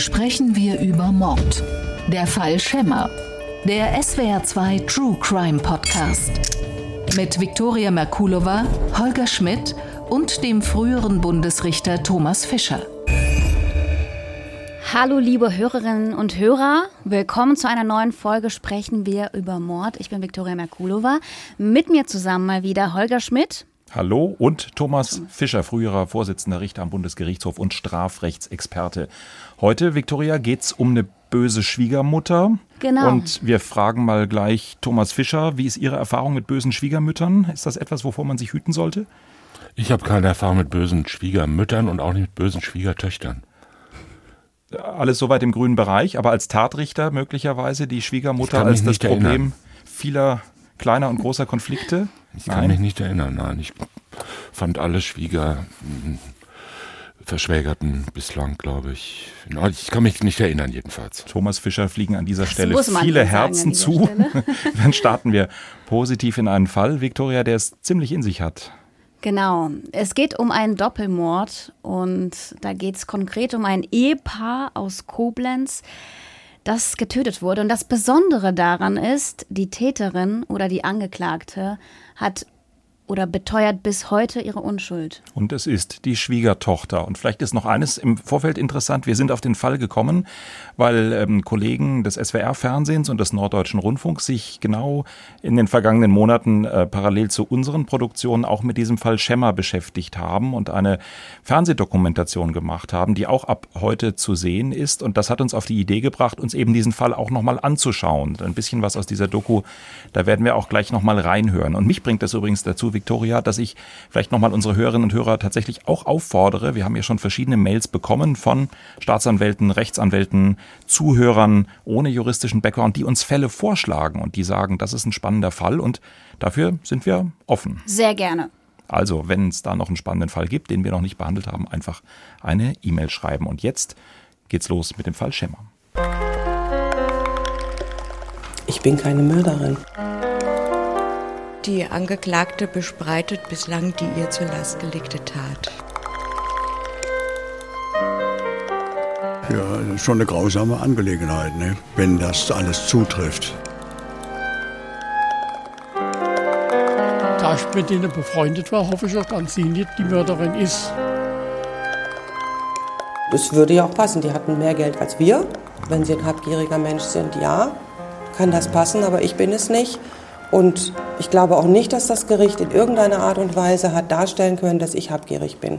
sprechen wir über Mord. Der Fall Schemmer. Der SWR2 True Crime Podcast. Mit Viktoria Merkulova, Holger Schmidt und dem früheren Bundesrichter Thomas Fischer. Hallo liebe Hörerinnen und Hörer, willkommen zu einer neuen Folge Sprechen wir über Mord. Ich bin Viktoria Merkulova, mit mir zusammen mal wieder Holger Schmidt. Hallo und Thomas Fischer, früherer Vorsitzender Richter am Bundesgerichtshof und Strafrechtsexperte. Heute, Viktoria, geht's um eine böse Schwiegermutter. Genau. Und wir fragen mal gleich Thomas Fischer, wie ist Ihre Erfahrung mit bösen Schwiegermüttern? Ist das etwas, wovor man sich hüten sollte? Ich habe keine Erfahrung mit bösen Schwiegermüttern und auch nicht mit bösen Schwiegertöchtern. Alles soweit im grünen Bereich, aber als Tatrichter möglicherweise die Schwiegermutter als das Problem vieler kleiner und großer Konflikte? Ich kann mich nicht erinnern, nein. Ich fand alle Verschwägerten bislang, glaube ich. Ich kann mich nicht erinnern jedenfalls. Thomas Fischer fliegen an dieser Stelle viele Herzen zu. Dann starten wir positiv in einen Fall, Viktoria, der es ziemlich in sich hat. Genau, es geht um einen Doppelmord und da geht es konkret um ein Ehepaar aus Koblenz, das getötet wurde. Und das Besondere daran ist, die Täterin oder die Angeklagte hat oder beteuert bis heute ihre Unschuld. Und es ist die Schwiegertochter. Und vielleicht ist noch eines im Vorfeld interessant. Wir sind auf den Fall gekommen, weil Kollegen des SWR-Fernsehens und des Norddeutschen Rundfunks sich genau in den vergangenen Monaten parallel zu unseren Produktionen auch mit diesem Fall Schemmer beschäftigt haben und eine Fernsehdokumentation gemacht haben, die auch ab heute zu sehen ist. Und das hat uns auf die Idee gebracht, uns eben diesen Fall auch nochmal anzuschauen. Ein bisschen was aus dieser Doku, da werden wir auch gleich nochmal reinhören. Und mich bringt das übrigens dazu, Viktoria, dass ich vielleicht nochmal unsere Hörerinnen und Hörer tatsächlich auch auffordere. Wir haben ja schon verschiedene Mails bekommen von Staatsanwälten, Rechtsanwälten, Zuhörern ohne juristischen Background, die uns Fälle vorschlagen und die sagen, das ist ein spannender Fall und dafür sind wir offen. Sehr gerne. Also, wenn es da noch einen spannenden Fall gibt, den wir noch nicht behandelt haben, einfach eine E-Mail schreiben. Und jetzt geht's los mit dem Fall Schemmer. Ich bin keine Mörderin. Die Angeklagte bestreitet bislang die ihr zur Last gelegte Tat. Ja, schon eine grausame Angelegenheit, ne? Wenn das alles zutrifft. Da ich mit denen befreundet war, hoffe ich auch, dass sie nicht die Mörderin ist. Das würde ja auch passen. Die hatten mehr Geld als wir. Wenn sie ein habgieriger Mensch sind, ja, kann das passen, aber ich bin es nicht. Und ich glaube auch nicht, dass das Gericht in irgendeiner Art und Weise hat darstellen können, dass ich habgierig bin.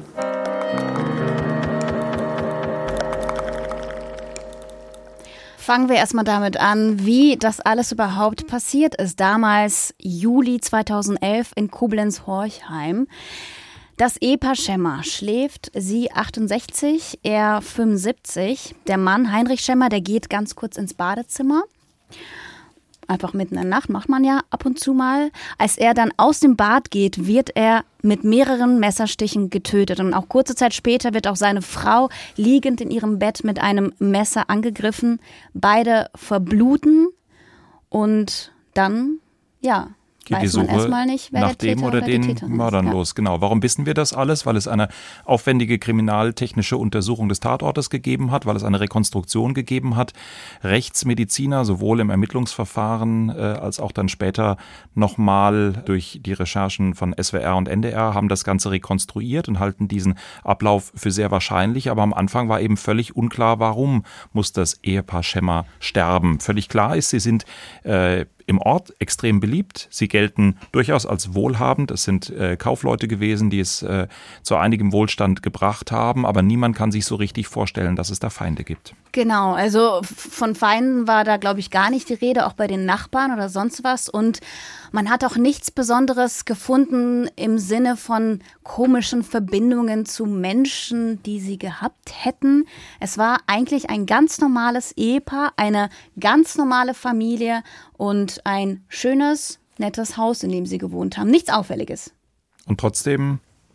Fangen wir erstmal damit an, wie das alles überhaupt passiert ist. Damals, Juli 2011 in Koblenz-Horchheim. Das Ehepaar Schemmer schläft, sie 68, er 75. Der Mann, Heinrich Schemmer, der geht ganz kurz ins Badezimmer. Einfach mitten in der Nacht, macht man ja ab und zu mal. Als er dann aus dem Bad geht, wird er mit mehreren Messerstichen getötet. Und auch kurze Zeit später wird auch seine Frau liegend in ihrem Bett mit einem Messer angegriffen. Beide verbluten und dann, ja, geht die Suche nach dem oder den Mördern los. Genau. Warum wissen wir das alles? Weil es eine aufwendige kriminaltechnische Untersuchung des Tatortes gegeben hat, weil es eine Rekonstruktion gegeben hat. Rechtsmediziner, sowohl im Ermittlungsverfahren als auch dann später nochmal durch die Recherchen von SWR und NDR, haben das Ganze rekonstruiert und halten diesen Ablauf für sehr wahrscheinlich. Aber am Anfang war eben völlig unklar, warum muss das Ehepaar Schemmer sterben. Völlig klar ist, sie sind im Ort extrem beliebt. Sie gelten durchaus als wohlhabend. Es sind Kaufleute gewesen, die es zu einigem Wohlstand gebracht haben. Aber niemand kann sich so richtig vorstellen, dass es da Feinde gibt. Genau, also von Feinden war da, glaube ich, gar nicht die Rede, auch bei den Nachbarn oder sonst was. Und man hat auch nichts Besonderes gefunden im Sinne von komischen Verbindungen zu Menschen, die sie gehabt hätten. Es war eigentlich ein ganz normales Ehepaar, eine ganz normale Familie und ein schönes, nettes Haus, in dem sie gewohnt haben. Nichts Auffälliges. Und trotzdem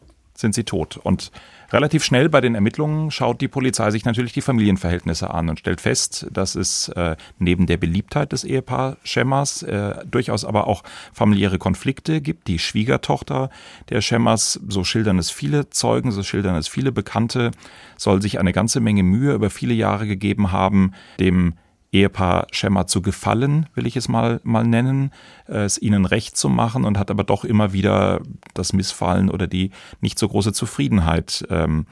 sind sie tot. Und relativ schnell bei den Ermittlungen schaut die Polizei sich natürlich die Familienverhältnisse an und stellt fest, dass es neben der Beliebtheit des Ehepaars Schemmers durchaus aber auch familiäre Konflikte gibt. Die Schwiegertochter der Schemmers, so schildern es viele Zeugen, so schildern es viele Bekannte, soll sich eine ganze Menge Mühe über viele Jahre gegeben haben, dem Ehepaar Schemmer zu gefallen, will ich es mal nennen, es ihnen recht zu machen, und hat aber doch immer wieder das Missfallen oder die nicht so große Zufriedenheit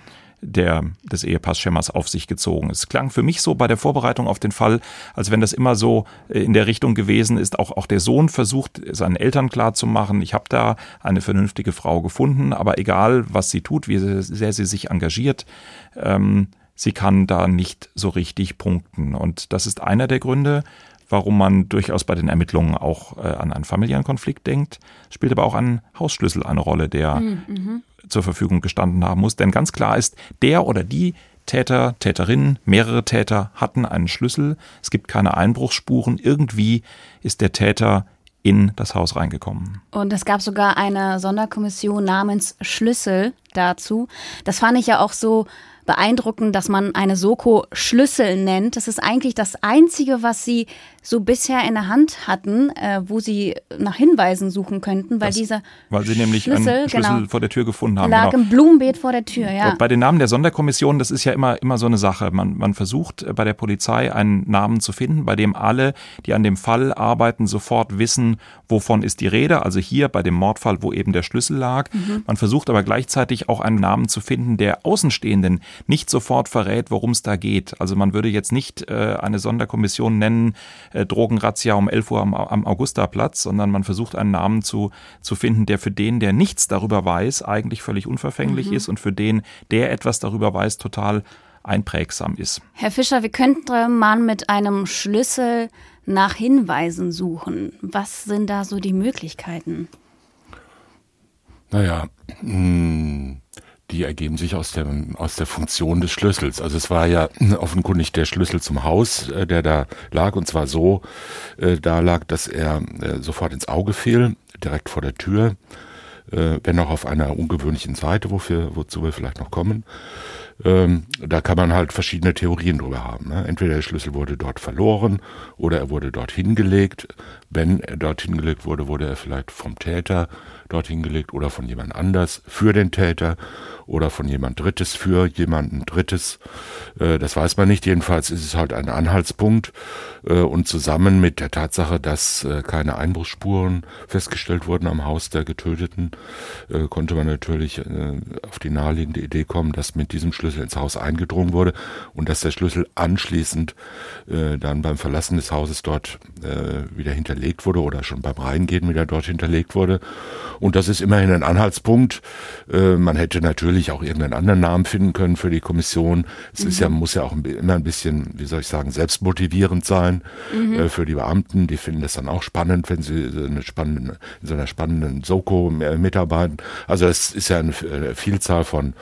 des Ehepaars Schemmers auf sich gezogen. Es klang für mich so bei der Vorbereitung auf den Fall, als wenn das immer so in der Richtung gewesen ist. Auch der Sohn versucht, seinen Eltern klarzumachen, ich habe da eine vernünftige Frau gefunden, aber egal, was sie tut, wie sehr sie sich engagiert, sie kann da nicht so richtig punkten. Und das ist einer der Gründe, warum man durchaus bei den Ermittlungen auch an einen familiären Konflikt denkt. Es spielt aber auch ein Hausschlüssel eine Rolle, der zur Verfügung gestanden haben muss. Denn ganz klar ist, der oder die Täter, Täterinnen, mehrere Täter hatten einen Schlüssel. Es gibt keine Einbruchsspuren. Irgendwie ist der Täter in das Haus reingekommen. Und es gab sogar eine Sonderkommission namens Schlüssel dazu. Das fand ich ja auch so beeindruckend, dass man eine Soko Schlüssel nennt. Das ist eigentlich das Einzige, was sie so bisher in der Hand hatten, wo sie nach Hinweisen suchen könnten, weil sie nämlich Schlüssel, einen Schlüssel vor der Tür gefunden haben. Lag im Blumenbeet vor der Tür, ja. Und bei den Namen der Sonderkommission, das ist ja immer so eine Sache. Man versucht bei der Polizei einen Namen zu finden, bei dem alle, die an dem Fall arbeiten, sofort wissen, wovon ist die Rede. Also hier bei dem Mordfall, wo eben der Schlüssel lag. Man versucht aber gleichzeitig auch einen Namen zu finden, der Außenstehenden nicht sofort verrät, worum es da geht. Also man würde jetzt nicht eine Sonderkommission nennen, Drogenrazzia um 11 Uhr am Augustaplatz, sondern man versucht einen Namen zu finden, der für den, der nichts darüber weiß, eigentlich völlig unverfänglich ist und für den, der etwas darüber weiß, total einprägsam ist. Herr Fischer, wie könnte man mit einem Schlüssel nach Hinweisen suchen? Was sind da so die Möglichkeiten? Naja, die ergeben sich aus der Funktion des Schlüssels. Also es war ja offenkundig der Schlüssel zum Haus, der da lag, und zwar so da lag, dass er sofort ins Auge fiel, direkt vor der Tür, wenn auch auf einer ungewöhnlichen Seite, wozu wir vielleicht noch kommen. Da kann man halt verschiedene Theorien drüber haben. Ne? Entweder der Schlüssel wurde dort verloren oder er wurde dorthin gelegt. Wenn er dorthin gelegt wurde, wurde er vielleicht vom Täter dorthin gelegt oder von jemand anders für den Täter oder von jemand Drittes für jemanden Drittes. Das weiß man nicht. Jedenfalls ist es halt ein Anhaltspunkt. Und zusammen mit der Tatsache, dass keine Einbruchsspuren festgestellt wurden am Haus der Getöteten, konnte man natürlich auf die naheliegende Idee kommen, dass mit diesem Schlüssel ins Haus eingedrungen wurde und dass der Schlüssel anschließend dann beim Verlassen des Hauses dort wieder hinterlegt wurde oder schon beim Reingehen wieder dort hinterlegt wurde. Und das ist immerhin ein Anhaltspunkt. Man hätte natürlich auch irgendeinen anderen Namen finden können für die Kommission. Es ist muss ja auch immer ein bisschen, wie soll ich sagen, selbstmotivierend sein für die Beamten. Die finden das dann auch spannend, wenn sie in so einer spannenden Soko mitarbeiten. Also es ist ja eine Vielzahl von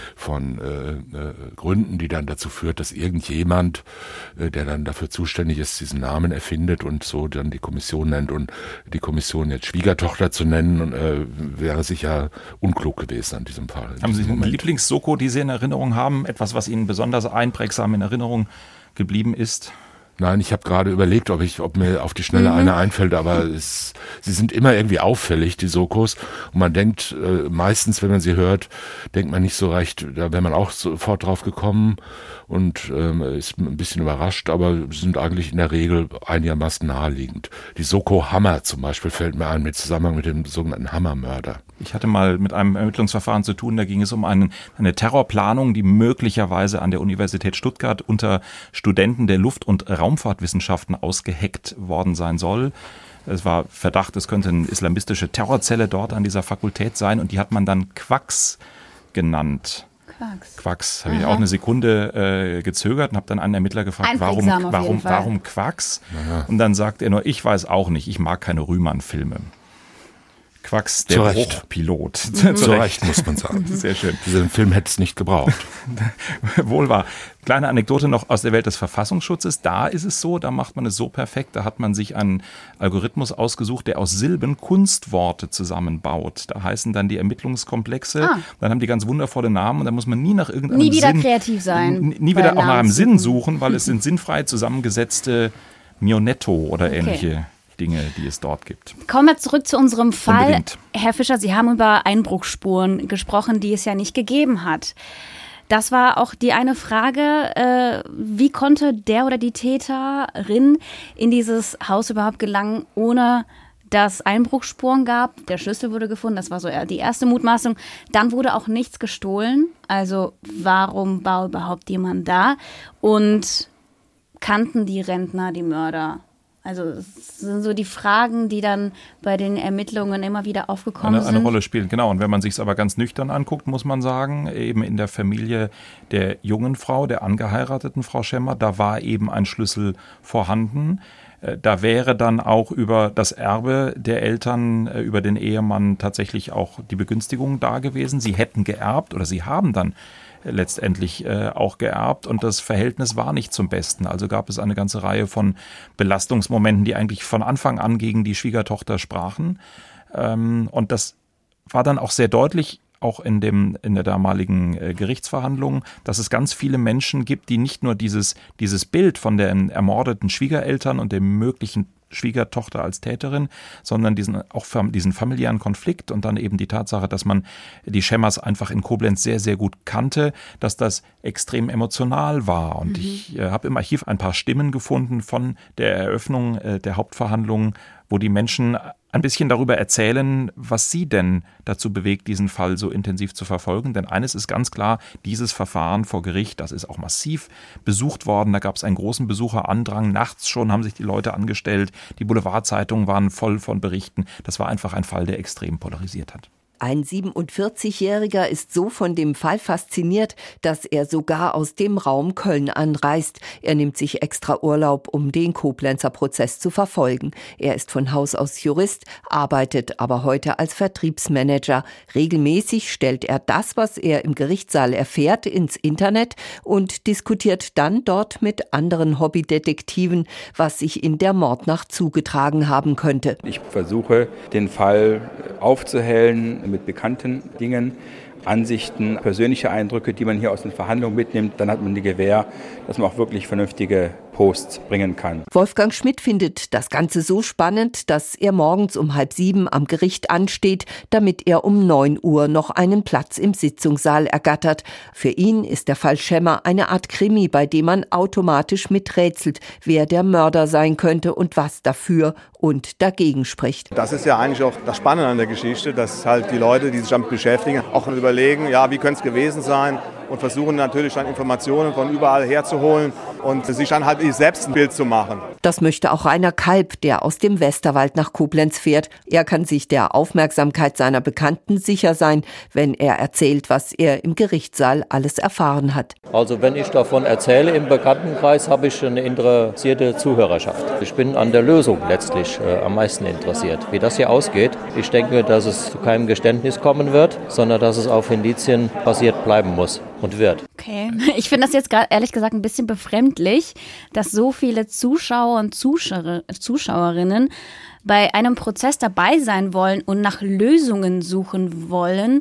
Gründen, die dann dazu führt, dass irgendjemand, der dann dafür zuständig ist, diesen Namen erfindet und so dann die Kommission nennt. Und die Kommission jetzt Schwiegertochter zu nennen, wäre sicher unklug gewesen an diesem Fall. Haben Sie eine Lieblings-Soko, die Sie in Erinnerung haben? Etwas, was Ihnen besonders einprägsam in Erinnerung geblieben ist? Nein, ich habe gerade überlegt, ob mir auf die Schnelle eine einfällt, aber sie sind immer irgendwie auffällig, die Sokos. Und man denkt, meistens, wenn man sie hört, denkt man nicht so recht, da wäre man auch sofort drauf gekommen und ist ein bisschen überrascht, aber sind eigentlich in der Regel einigermaßen naheliegend. Die Soko Hammer zum Beispiel fällt mir ein, mit Zusammenhang mit dem sogenannten Hammermörder. Ich hatte mal mit einem Ermittlungsverfahren zu tun, da ging es um eine Terrorplanung, die möglicherweise an der Universität Stuttgart unter Studenten der Luft- und Raumfahrtwissenschaften ausgeheckt worden sein soll. Es war Verdacht, es könnte eine islamistische Terrorzelle dort an dieser Fakultät sein, und die hat man dann Quacks genannt. Quacks. Habe ich auch eine Sekunde gezögert und habe dann einen Ermittler gefragt, warum Quacks? Ja. Und dann sagt er nur, ich weiß auch nicht, ich mag keine Rühmann-Filme. Quacks, der Bruchpilot. Zu Recht, muss man sagen. Sehr schön. Diesen Film hätte es nicht gebraucht. Wohl wahr. Kleine Anekdote noch aus der Welt des Verfassungsschutzes. Da ist es so, da macht man es so perfekt, da hat man sich einen Algorithmus ausgesucht, der aus Silben Kunstworte zusammenbaut. Da heißen dann die Ermittlungskomplexe, dann haben die ganz wundervolle Namen und da muss man nie nach irgendeinem Nie wieder Sinn, kreativ sein. Nie wieder auch nach einem Sinn suchen, weil es sind sinnfrei zusammengesetzte Mionetto oder ähnliche Dinge, die es dort gibt. Kommen wir zurück zu unserem Fall. Unbedingt. Herr Fischer, Sie haben über Einbruchsspuren gesprochen, die es ja nicht gegeben hat. Das war auch die eine Frage, wie konnte der oder die Täterin in dieses Haus überhaupt gelangen, ohne dass Einbruchsspuren gab? Der Schlüssel wurde gefunden, das war so die erste Mutmaßung. Dann wurde auch nichts gestohlen. Also warum war überhaupt jemand da? Und kannten die Rentner die Mörder? Also es sind so die Fragen, die dann bei den Ermittlungen immer wieder aufgekommen sind. Eine Rolle spielen, genau. Und wenn man sich es aber ganz nüchtern anguckt, muss man sagen, eben in der Familie der jungen Frau, der angeheirateten Frau Schemmer, da war eben ein Schlüssel vorhanden. Da wäre dann auch über das Erbe der Eltern, über den Ehemann tatsächlich auch die Begünstigung da gewesen. Sie hätten geerbt oder sie haben dann letztendlich auch geerbt und das Verhältnis war nicht zum Besten. Also gab es eine ganze Reihe von Belastungsmomenten, die eigentlich von Anfang an gegen die Schwiegertochter sprachen. Und das war dann auch sehr deutlich, auch in der damaligen Gerichtsverhandlung, dass es ganz viele Menschen gibt, die nicht nur dieses Bild von den ermordeten Schwiegereltern und dem möglichen Schwiegertochter als Täterin, sondern diesen familiären Konflikt und dann eben die Tatsache, dass man die Schemmers einfach in Koblenz sehr, sehr gut kannte, dass das extrem emotional war. Und ich habe im Archiv ein paar Stimmen gefunden von der Eröffnung der Hauptverhandlungen, wo die Menschen ein bisschen darüber erzählen, was sie denn dazu bewegt, diesen Fall so intensiv zu verfolgen. Denn eines ist ganz klar, dieses Verfahren vor Gericht, das ist auch massiv besucht worden. Da gab es einen großen Besucherandrang. Nachts schon haben sich die Leute angestellt. Die Boulevardzeitungen waren voll von Berichten. Das war einfach ein Fall, der extrem polarisiert hat. Ein 47-Jähriger ist so von dem Fall fasziniert, dass er sogar aus dem Raum Köln anreist. Er nimmt sich extra Urlaub, um den Koblenzer Prozess zu verfolgen. Er ist von Haus aus Jurist, arbeitet aber heute als Vertriebsmanager. Regelmäßig stellt er das, was er im Gerichtssaal erfährt, ins Internet und diskutiert dann dort mit anderen Hobbydetektiven, was sich in der Mordnacht zugetragen haben könnte. Ich versuche, den Fall aufzuhellen mit bekannten Dingen, Ansichten, persönliche Eindrücke, die man hier aus den Verhandlungen mitnimmt. Dann hat man die Gewähr, dass man auch wirklich vernünftige Posts bringen kann. Wolfgang Schmidt findet das Ganze so spannend, dass er morgens um 6:30 am Gericht ansteht, damit er um 9 Uhr noch einen Platz im Sitzungssaal ergattert. Für ihn ist der Fall Schemmer eine Art Krimi, bei dem man automatisch miträtselt, wer der Mörder sein könnte und was dafür und dagegen spricht. Das ist ja eigentlich auch das Spannende an der Geschichte, dass halt die Leute, die sich damit beschäftigen, auch überlegen, ja, wie könnte es gewesen sein, und versuchen natürlich dann Informationen von überall herzuholen und sich dann halt selbst ein Bild zu machen. Das möchte auch Rainer Kalb, der aus dem Westerwald nach Koblenz fährt. Er kann sich der Aufmerksamkeit seiner Bekannten sicher sein, wenn er erzählt, was er im Gerichtssaal alles erfahren hat. Also wenn ich davon erzähle im Bekanntenkreis, habe ich eine interessierte Zuhörerschaft. Ich bin an der Lösung letztlich am meisten interessiert. Wie das hier ausgeht, ich denke, dass es zu keinem Geständnis kommen wird, sondern dass es auf Indizien basiert bleiben muss. Und wird. Okay, ich finde das jetzt gerade ehrlich gesagt ein bisschen befremdlich, dass so viele Zuschauer und Zuschauerinnen bei einem Prozess dabei sein wollen und nach Lösungen suchen wollen.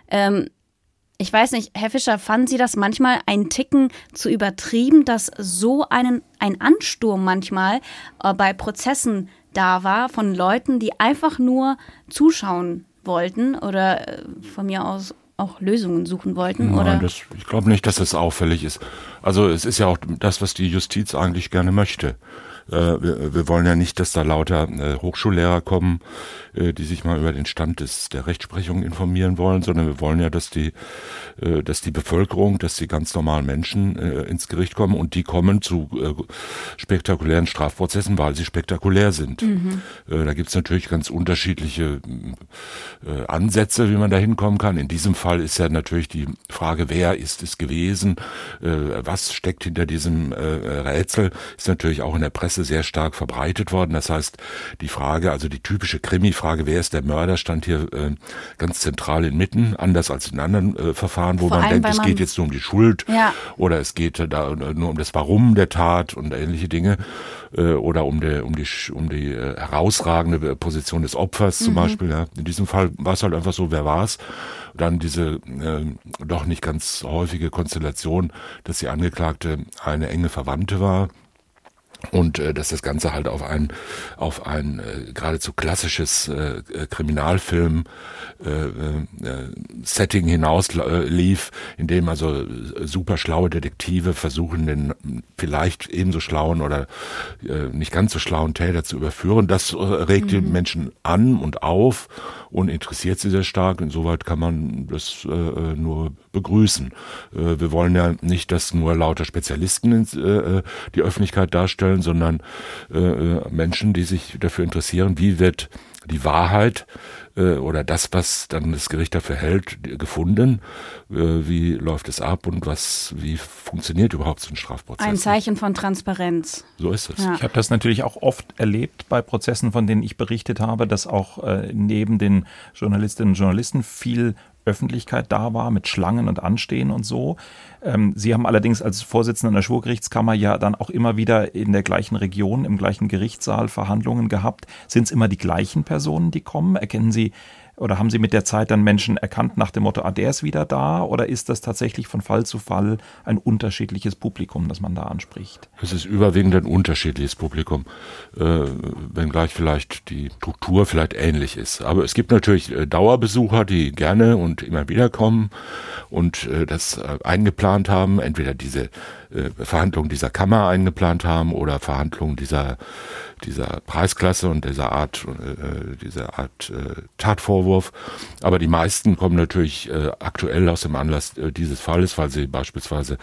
Ich weiß nicht, Herr Fischer, fanden Sie das manchmal ein Ticken zu übertrieben, dass so ein Ansturm manchmal bei Prozessen da war von Leuten, die einfach nur zuschauen wollten oder von mir aus auch Lösungen suchen wollten? Nein, oder? Ich glaube nicht, dass das auffällig ist. Also es ist ja auch das, was die Justiz eigentlich gerne möchte. Wir wollen ja nicht, dass da lauter Hochschullehrer kommen, die sich mal über den Stand der Rechtsprechung informieren wollen, sondern wir wollen ja, dass die Bevölkerung, dass die ganz normalen Menschen ins Gericht kommen und die kommen zu spektakulären Strafprozessen, weil sie spektakulär sind. Da gibt's natürlich ganz unterschiedliche Ansätze, wie man da hinkommen kann. In diesem Fall ist ja natürlich die Frage, wer ist es gewesen, was steckt hinter diesem Rätsel, ist natürlich auch in der Presse sehr stark verbreitet worden. Das heißt, die Frage, also die typische Krimi-Frage, wer ist der Mörder, stand hier ganz zentral inmitten, anders als in anderen Verfahren, wo man denkt, es geht jetzt nur um die Schuld oder es geht da nur um das Warum der Tat und ähnliche Dinge oder um die herausragende Position des Opfers zum Beispiel. Ja. In diesem Fall war es halt einfach so, wer war's? Dann diese doch nicht ganz häufige Konstellation, dass die Angeklagte eine enge Verwandte war. Und dass das Ganze halt auf ein geradezu klassisches Kriminalfilm Setting hinaus lief, in dem also super schlaue Detektive versuchen, den vielleicht ebenso schlauen oder nicht ganz so schlauen Täter zu überführen. Das regt die Menschen an und auf und interessiert sie sehr stark. Insoweit kann man das nur begrüßen. Wir wollen ja nicht, dass nur lauter Spezialisten die Öffentlichkeit darstellen, sondern Menschen, die sich dafür interessieren, wie wird die Wahrheit oder das, was dann das Gericht dafür hält, gefunden, wie läuft es ab und wie funktioniert überhaupt so ein Strafprozess. Ein Zeichen von Transparenz. So ist es. Ja. Ich habe das natürlich auch oft erlebt bei Prozessen, von denen ich berichtet habe, dass auch neben den Journalistinnen und Journalisten viel Öffentlichkeit da war mit Schlangen und Anstehen und so. Sie haben allerdings als Vorsitzender der Schwurgerichtskammer ja dann auch immer wieder in der gleichen Region, im gleichen Gerichtssaal Verhandlungen gehabt. Sind es immer die gleichen Personen, die kommen? Erkennen Sie oder haben Sie mit der Zeit dann Menschen erkannt nach dem Motto, der ist wieder da? Oder ist das tatsächlich von Fall zu Fall ein unterschiedliches Publikum, das man da anspricht? Es ist überwiegend ein unterschiedliches Publikum, wenngleich vielleicht die Struktur vielleicht ähnlich ist. Aber es gibt natürlich Dauerbesucher, die gerne und immer wieder kommen und das eingeplant haben, entweder diese Verhandlungen dieser Kammer eingeplant haben oder Verhandlungen dieser Preisklasse und dieser Art Tatvorwurf. Aber die meisten kommen natürlich aktuell aus dem Anlass dieses Falles, weil sie beispielsweise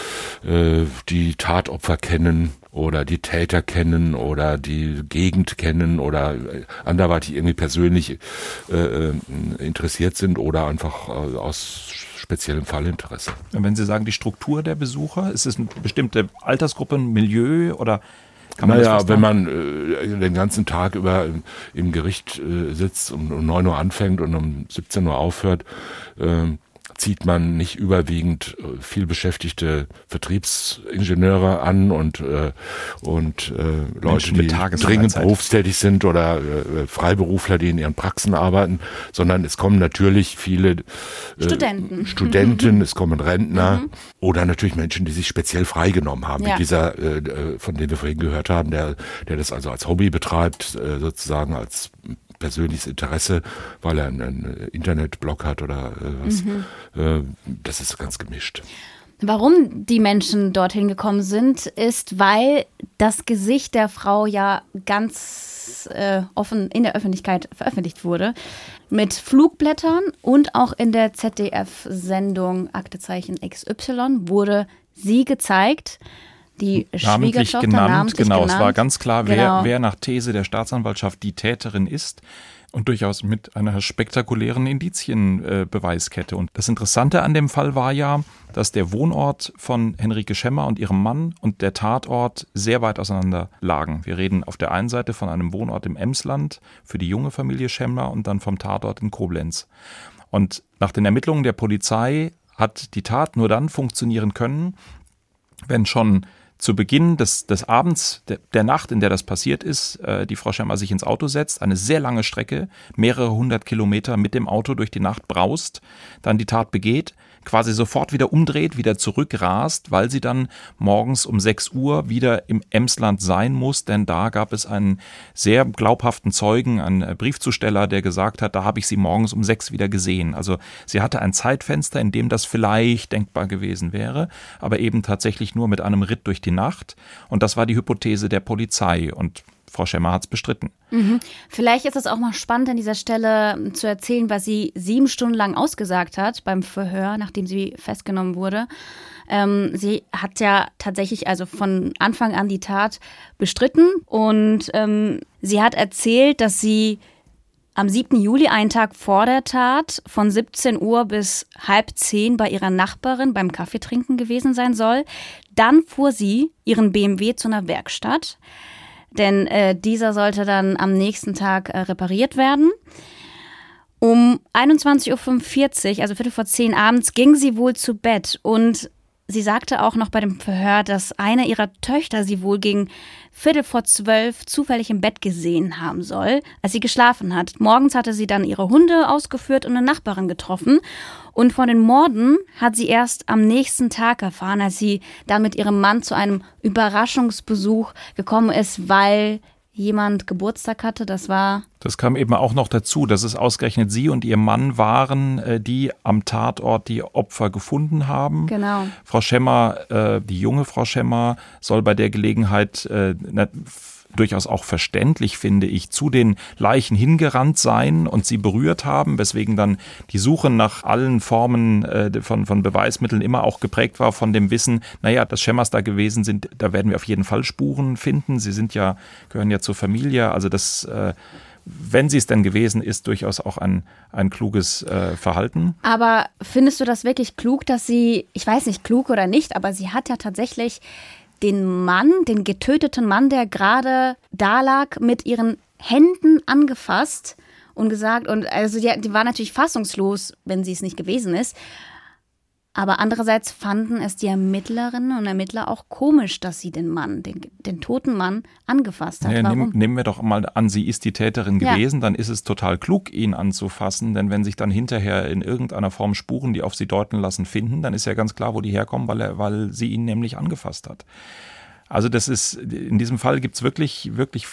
die Tatopfer kennen oder die Täter kennen oder die Gegend kennen oder anderweitig irgendwie persönlich interessiert sind oder einfach aus speziellem Fallinteresse. Und wenn Sie sagen, die Struktur der Besucher, ist es eine bestimmte Altersgruppe, ein Milieu oder kann man wenn man den ganzen Tag über im Gericht sitzt und um 9 Uhr anfängt und um 17 Uhr aufhört, zieht man nicht überwiegend viel beschäftigte Vertriebsingenieure an und Leute, die dringend berufstätig sind oder Freiberufler, die in ihren Praxen arbeiten, sondern es kommen natürlich viele Studenten, es kommen Rentner oder natürlich Menschen, die sich speziell freigenommen haben, wie dieser, von dem wir vorhin gehört haben, der das also als Hobby betreibt, sozusagen als persönliches Interesse, weil er einen Internetblog hat oder was. Das ist ganz gemischt. Warum die Menschen dorthin gekommen sind, ist, weil das Gesicht der Frau ja ganz offen in der Öffentlichkeit veröffentlicht wurde. Mit Flugblättern und auch in der ZDF-Sendung Aktezeichen XY wurde sie gezeigt. Die namentlich genannt, genau. Es war ganz klar, wer nach These der Staatsanwaltschaft die Täterin ist und durchaus mit einer spektakulären Indizienbeweiskette. Und das Interessante an dem Fall war ja, dass der Wohnort von Henrike Schemmer und ihrem Mann und der Tatort sehr weit auseinander lagen. Wir reden auf der einen Seite von einem Wohnort im Emsland für die junge Familie Schemmer und dann vom Tatort in Koblenz. Und nach den Ermittlungen der Polizei hat die Tat nur dann funktionieren können, wenn schon zu Beginn des Abends, der Nacht, in der das passiert ist, die Frau Schemmer sich ins Auto setzt, eine sehr lange Strecke, mehrere 100 Kilometer mit dem Auto durch die Nacht braust, dann die Tat begeht, quasi sofort wieder umdreht, wieder zurückrast, weil sie dann morgens um 6 Uhr wieder im Emsland sein muss, denn da gab es einen sehr glaubhaften Zeugen, einen Briefzusteller, der gesagt hat, da habe ich sie morgens um 6 wieder gesehen. Also sie hatte ein Zeitfenster, in dem das vielleicht denkbar gewesen wäre, aber eben tatsächlich nur mit einem Ritt durch die Nacht. Und das war die Hypothese der Polizei und Frau Schemmer hat es bestritten. Vielleicht ist es auch mal spannend, an dieser Stelle zu erzählen, was sie 7 Stunden lang ausgesagt hat beim Verhör, nachdem sie festgenommen wurde. Sie hat ja tatsächlich also von Anfang an die Tat bestritten und sie hat erzählt, dass sie am 7. Juli, einen Tag vor der Tat, von 17 Uhr bis 9:30 bei ihrer Nachbarin beim Kaffeetrinken gewesen sein soll. Dann fuhr sie ihren BMW zu einer Werkstatt, denn dieser sollte dann am nächsten Tag repariert werden. Um 21:45 Uhr, also 9:45 abends, ging sie wohl zu Bett und sie sagte auch noch bei dem Verhör, dass eine ihrer Töchter sie wohl gegen 11:45 zufällig im Bett gesehen haben soll, als sie geschlafen hat. Morgens hatte sie dann ihre Hunde ausgeführt und eine Nachbarin getroffen. Und von den Morden hat sie erst am nächsten Tag erfahren, als sie dann mit ihrem Mann zu einem Überraschungsbesuch gekommen ist, weil jemand Geburtstag hatte. Das kam eben auch noch dazu, dass es ausgerechnet sie und ihr Mann waren, die am Tatort die Opfer gefunden haben. Genau. Frau Schemmer, die junge Frau Schemmer, soll bei der Gelegenheit durchaus auch verständlich, finde ich, zu den Leichen hingerannt sein und sie berührt haben, weswegen dann die Suche nach allen Formen von Beweismitteln immer auch geprägt war von dem Wissen, dass Schemmers da gewesen sind, da werden wir auf jeden Fall Spuren finden. Sie gehören ja zur Familie, also das, wenn sie es denn gewesen ist, durchaus auch ein kluges Verhalten. Aber findest du das wirklich klug, dass sie, ich weiß nicht, klug oder nicht, aber sie hat ja tatsächlich den getöteten Mann, der gerade da lag, mit ihren Händen angefasst und gesagt, und also die war natürlich fassungslos, wenn sie es nicht gewesen ist. Aber andererseits fanden es die Ermittlerinnen und Ermittler auch komisch, dass sie den Mann, den toten Mann, angefasst hat. Warum? Nehmen wir doch mal an, sie ist die Täterin gewesen, dann ist es total klug, ihn anzufassen, denn wenn sich dann hinterher in irgendeiner Form Spuren, die auf sie deuten lassen, finden, dann ist ja ganz klar, wo die herkommen, weil sie ihn nämlich angefasst hat. Also in diesem Fall gibt es wirklich, wirklich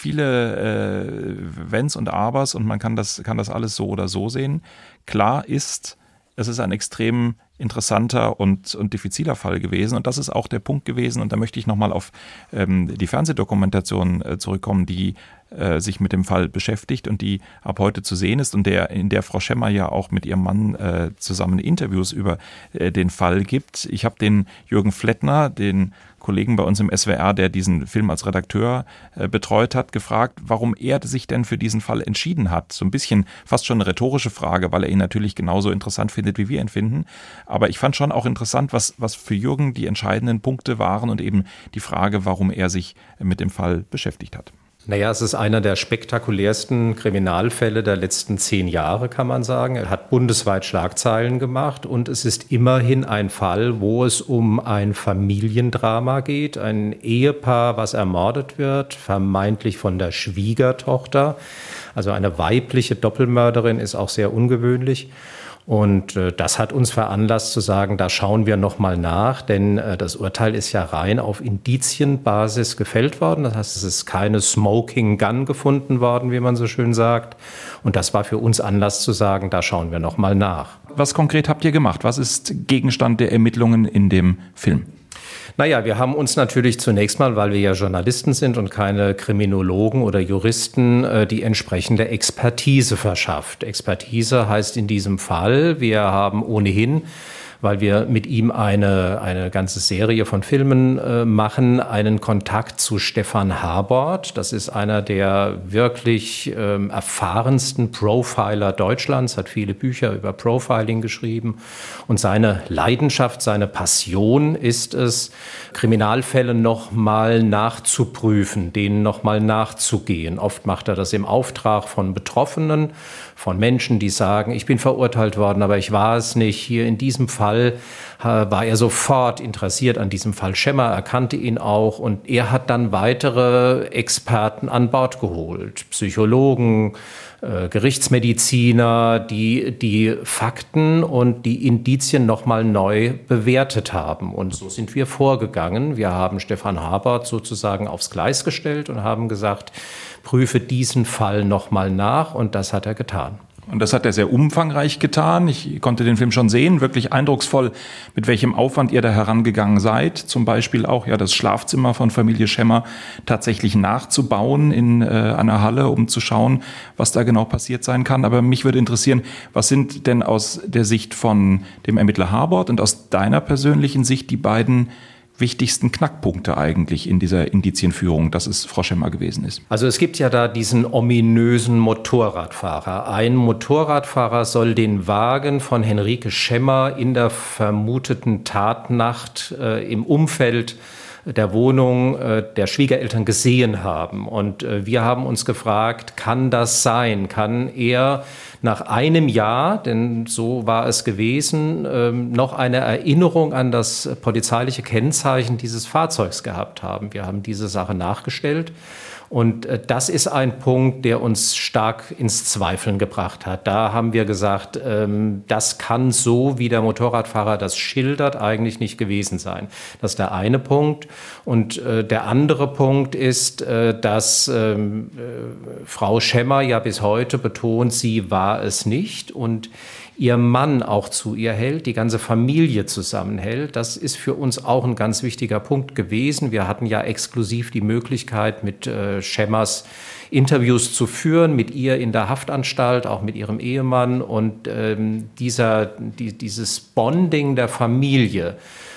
viele Wenns und Abers und man kann das alles so oder so sehen. Klar ist, es ist ein extrem interessanter und diffiziler Fall gewesen. Und das ist auch der Punkt gewesen. Und da möchte ich nochmal auf die Fernsehdokumentation zurückkommen, die sich mit dem Fall beschäftigt und die ab heute zu sehen ist und in der Frau Schemmer ja auch mit ihrem Mann zusammen Interviews über den Fall gibt. Ich habe den Jürgen Flettner, den Kollegen bei uns im SWR, der diesen Film als Redakteur betreut hat, gefragt, warum er sich denn für diesen Fall entschieden hat. So ein bisschen fast schon eine rhetorische Frage, weil er ihn natürlich genauso interessant findet, wie wir ihn finden. Aber ich fand schon auch interessant, was für Jürgen die entscheidenden Punkte waren und eben die Frage, warum er sich mit dem Fall beschäftigt hat. Naja, es ist einer der spektakulärsten Kriminalfälle der letzten 10 Jahre, kann man sagen. Er hat bundesweit Schlagzeilen gemacht und es ist immerhin ein Fall, wo es um ein Familiendrama geht. Ein Ehepaar, was ermordet wird, vermeintlich von der Schwiegertochter. Also eine weibliche Doppelmörderin ist auch sehr ungewöhnlich. Und das hat uns veranlasst zu sagen, da schauen wir nochmal nach, denn das Urteil ist ja rein auf Indizienbasis gefällt worden. Das heißt, es ist keine Smoking Gun gefunden worden, wie man so schön sagt. Und das war für uns Anlass zu sagen, da schauen wir nochmal nach. Was konkret habt ihr gemacht? Was ist Gegenstand der Ermittlungen in dem Film? Naja, wir haben uns natürlich zunächst mal, weil wir ja Journalisten sind und keine Kriminologen oder Juristen, die entsprechende Expertise verschafft. Expertise heißt in diesem Fall, wir haben ohnehin, weil wir mit ihm eine ganze Serie von Filmen machen, einen Kontakt zu Stefan Habort. Das ist einer der wirklich erfahrensten Profiler Deutschlands, hat viele Bücher über Profiling geschrieben. Und seine Leidenschaft, seine Passion ist es, Kriminalfälle nochmal nachzuprüfen, denen nochmal nachzugehen. Oft macht er das im Auftrag von Betroffenen, von Menschen, die sagen, ich bin verurteilt worden, aber ich war es nicht. Hier in diesem Fall war er sofort interessiert an diesem Fall Schemmer, er kannte ihn auch und er hat dann weitere Experten an Bord geholt, Psychologen, Gerichtsmediziner, die Fakten und die Indizien nochmal neu bewertet haben. Und so sind wir vorgegangen. Wir haben Stefan Habort sozusagen aufs Gleis gestellt und haben gesagt, prüfe diesen Fall nochmal nach und das hat er getan. Und das hat er sehr umfangreich getan. Ich konnte den Film schon sehen, wirklich eindrucksvoll, mit welchem Aufwand ihr da herangegangen seid. Zum Beispiel auch das Schlafzimmer von Familie Schemmer tatsächlich nachzubauen in einer Halle, um zu schauen, was da genau passiert sein kann. Aber mich würde interessieren, was sind denn aus der Sicht von dem Ermittler Habort und aus deiner persönlichen Sicht die beiden wichtigsten Knackpunkte eigentlich in dieser Indizienführung, dass es Frau Schemmer gewesen ist? Also es gibt ja da diesen ominösen Motorradfahrer. Ein Motorradfahrer soll den Wagen von Henrike Schemmer in der vermuteten Tatnacht im Umfeld der Wohnung der Schwiegereltern gesehen haben. Und wir haben uns gefragt, kann das sein? Kann er nach einem Jahr, denn so war es gewesen, noch eine Erinnerung an das polizeiliche Kennzeichen dieses Fahrzeugs gehabt haben? Wir haben diese Sache nachgestellt. Und das ist ein Punkt, der uns stark ins Zweifeln gebracht hat. Da haben wir gesagt, das kann so, wie der Motorradfahrer das schildert, eigentlich nicht gewesen sein. Das ist der eine Punkt. Und der andere Punkt ist, dass Frau Schemmer ja bis heute betont, sie war es nicht und ihr Mann auch zu ihr hält, die ganze Familie zusammenhält. Das ist für uns auch ein ganz wichtiger Punkt gewesen. Wir hatten ja exklusiv die Möglichkeit, mit Schemmers Interviews zu führen, mit ihr in der Haftanstalt, auch mit ihrem Ehemann. Und dieses Bonding der Familie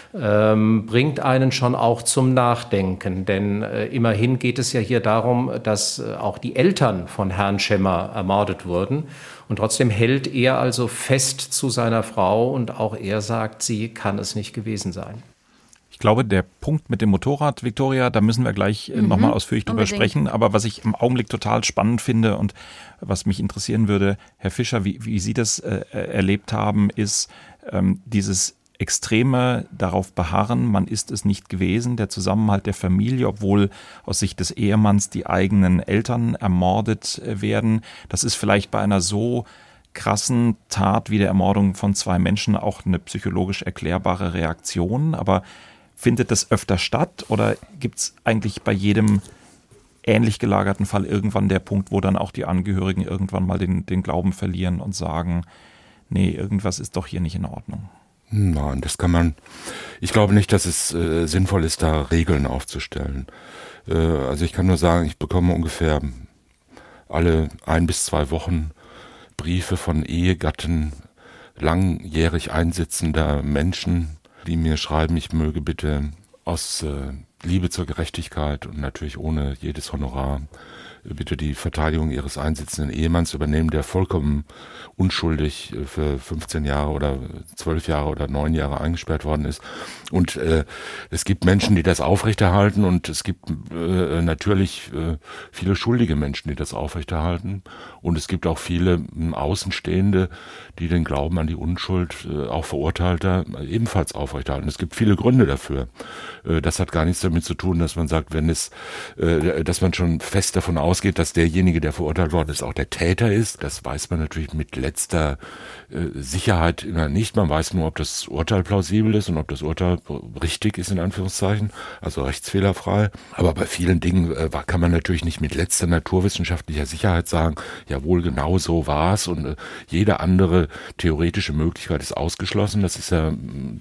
bringt einen schon auch zum Nachdenken. Denn immerhin geht es ja hier darum, dass auch die Eltern von Herrn Schemmer ermordet wurden. Und trotzdem hält er also fest zu seiner Frau und auch er sagt, sie kann es nicht gewesen sein. Ich glaube, der Punkt mit dem Motorrad, Viktoria, da müssen wir gleich nochmal ausführlich drüber sprechen. Aber was ich im Augenblick total spannend finde und was mich interessieren würde, Herr Fischer, wie Sie das erlebt haben, ist dieses extreme darauf beharren, man ist es nicht gewesen, der Zusammenhalt der Familie, obwohl aus Sicht des Ehemanns die eigenen Eltern ermordet werden. Das ist vielleicht bei einer so krassen Tat wie der Ermordung von 2 Menschen auch eine psychologisch erklärbare Reaktion. Aber findet das öfter statt oder gibt es eigentlich bei jedem ähnlich gelagerten Fall irgendwann der Punkt, wo dann auch die Angehörigen irgendwann mal den Glauben verlieren und sagen, nee, irgendwas ist doch hier nicht in Ordnung? Nein, ich glaube nicht, dass es sinnvoll ist, da Regeln aufzustellen. Also ich kann nur sagen, ich bekomme ungefähr alle 1 bis 2 Wochen Briefe von Ehegatten langjährig einsitzender Menschen, die mir schreiben, ich möge bitte aus Liebe zur Gerechtigkeit und natürlich ohne jedes Honorar bitte die Verteidigung ihres einsitzenden Ehemanns übernehmen, der vollkommen unschuldig für 15 Jahre oder 12 Jahre oder 9 Jahre eingesperrt worden ist. Und es gibt Menschen, die das aufrechterhalten und es gibt natürlich viele schuldige Menschen, die das aufrechterhalten. Und es gibt auch viele Außenstehende, die den Glauben an die Unschuld auch Verurteilter ebenfalls aufrechterhalten. Es gibt viele Gründe dafür. Das hat gar nichts damit zu tun, dass man sagt, dass man schon fest davon ausgeht, dass derjenige, der verurteilt worden ist, auch der Täter ist. Das weiß man natürlich mit letzter Sicherheit immer nicht. Man weiß nur, ob das Urteil plausibel ist und ob das Urteil richtig ist, in Anführungszeichen, also rechtsfehlerfrei. Aber bei vielen Dingen kann man natürlich nicht mit letzter naturwissenschaftlicher Sicherheit sagen, jawohl, genau so war es und jede andere theoretische Möglichkeit ist ausgeschlossen. Das ist ja,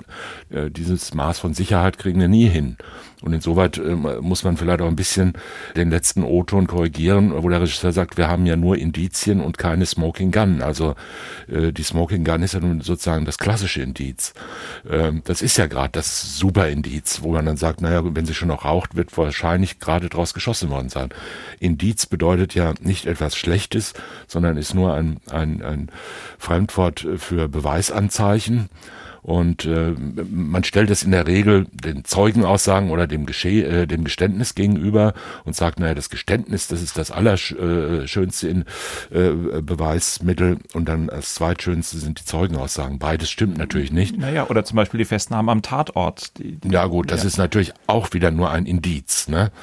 dieses Maß von Sicherheit kriegen wir nie hin. Und insoweit muss man vielleicht auch ein bisschen den letzten O-Ton korrigieren, wo der Regisseur sagt, wir haben ja nur Indizien und keine Smoking Gun. Also die Smoking Gun ist ja nun sozusagen das klassische Indiz. Das ist ja gerade das Superindiz, wo man dann sagt, naja, wenn sie schon noch raucht, wird wahrscheinlich gerade draus geschossen worden sein. Indiz bedeutet ja nicht etwas Schlechtes, sondern ist nur ein Fremdwort für Beweisanzeichen. Und man stellt es in der Regel den Zeugenaussagen oder dem Geständnis gegenüber und sagt, naja, das Geständnis, das ist das allerschönste Beweismittel und dann als zweitschönste sind die Zeugenaussagen. Beides stimmt natürlich nicht. Naja, oder zum Beispiel die Festnahme am Tatort. Ja gut, das ist natürlich auch wieder nur ein Indiz. Ne?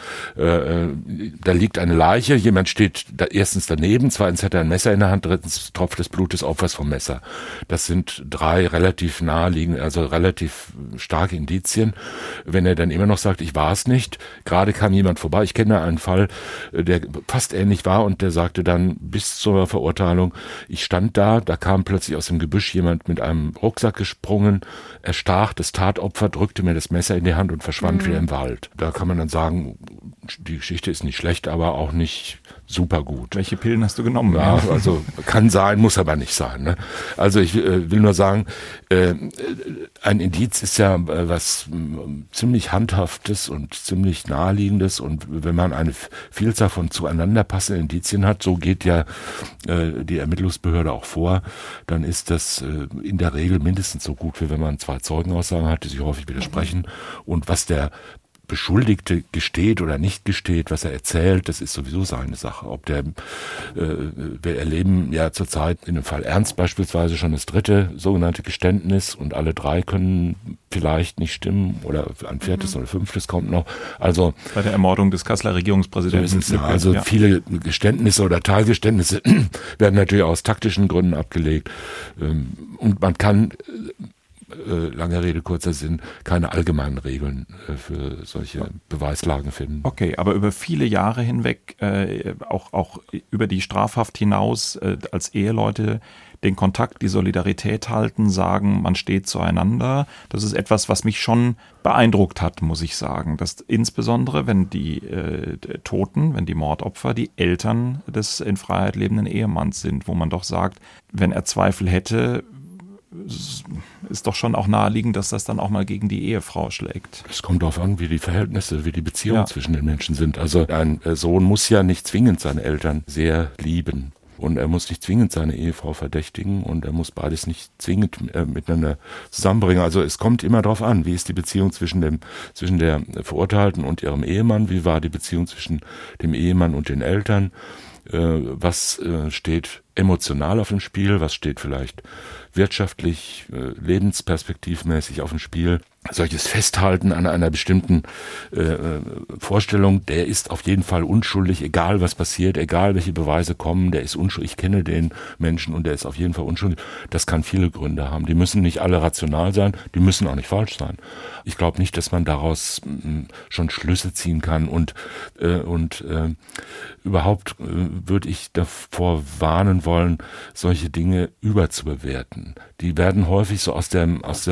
Da liegt eine Leiche, jemand steht erstens daneben, zweitens hat er ein Messer in der Hand, drittens tropft das Blut des Opfers vom Messer. Das sind 3 relativ liegen also relativ starke Indizien. Wenn er dann immer noch sagt, ich war es nicht, gerade kam jemand vorbei, ich kenne einen Fall, der fast ähnlich war und der sagte dann bis zur Verurteilung, ich stand da kam plötzlich aus dem Gebüsch jemand mit einem Rucksack gesprungen, erstach das Tatopfer, drückte mir das Messer in die Hand und verschwand wieder im Wald. Da kann man dann sagen, die Geschichte ist nicht schlecht, aber auch nicht super gut. Welche Pillen hast du genommen? Ja, also kann sein, muss aber nicht sein. Ne? Also ich will nur sagen, ein Indiz ist ja was ziemlich Handhaftes und ziemlich Naheliegendes, und wenn man eine Vielzahl von zueinander passenden Indizien hat, so geht ja die Ermittlungsbehörde auch vor, dann ist das in der Regel mindestens so gut, wie wenn man 2 Zeugenaussagen hat, die sich häufig widersprechen, und was der Beschuldigte gesteht oder nicht gesteht, was er erzählt, das ist sowieso seine Sache. Wir erleben ja zurzeit in dem Fall Ernst beispielsweise schon das 3. sogenannte Geständnis, und alle 3 können vielleicht nicht stimmen, oder ein 4. oder 5. kommt noch. Also bei der Ermordung des Kasseler Regierungspräsidenten. So also viele Geständnisse oder Teilgeständnisse werden natürlich aus taktischen Gründen abgelegt, und man kann, lange Rede, kurzer Sinn, keine allgemeinen Regeln für solche Beweislagen finden. Okay, aber über viele Jahre hinweg, auch über die Strafhaft hinaus, als Eheleute den Kontakt, die Solidarität halten, sagen, man steht zueinander. Das ist etwas, was mich schon beeindruckt hat, muss ich sagen. Dass insbesondere, wenn die Toten, wenn die Mordopfer die Eltern des in Freiheit lebenden Ehemanns sind, wo man doch sagt, wenn er Zweifel hätte, ist doch schon auch naheliegend, dass das dann auch mal gegen die Ehefrau schlägt. Es kommt darauf an, wie die Verhältnisse, wie die Beziehungen zwischen den Menschen sind. Also ein Sohn muss ja nicht zwingend seine Eltern sehr lieben. Und er muss nicht zwingend seine Ehefrau verdächtigen, und er muss beides nicht zwingend miteinander zusammenbringen. Also es kommt immer darauf an, wie ist die Beziehung zwischen der Verurteilten und ihrem Ehemann, wie war die Beziehung zwischen dem Ehemann und den Eltern, was steht emotional auf dem Spiel, was steht vielleicht wirtschaftlich, lebensperspektivmäßig auf dem Spiel. Solches Festhalten an einer bestimmten Vorstellung, der ist auf jeden Fall unschuldig, egal was passiert, egal welche Beweise kommen, der ist unschuldig, ich kenne den Menschen und der ist auf jeden Fall unschuldig. Das kann viele Gründe haben. Die müssen nicht alle rational sein, die müssen auch nicht falsch sein. Ich glaube nicht, dass man daraus schon Schlüsse ziehen kann, und überhaupt würde ich davor warnen wollen, solche Dinge überzubewerten. Die werden häufig so aus der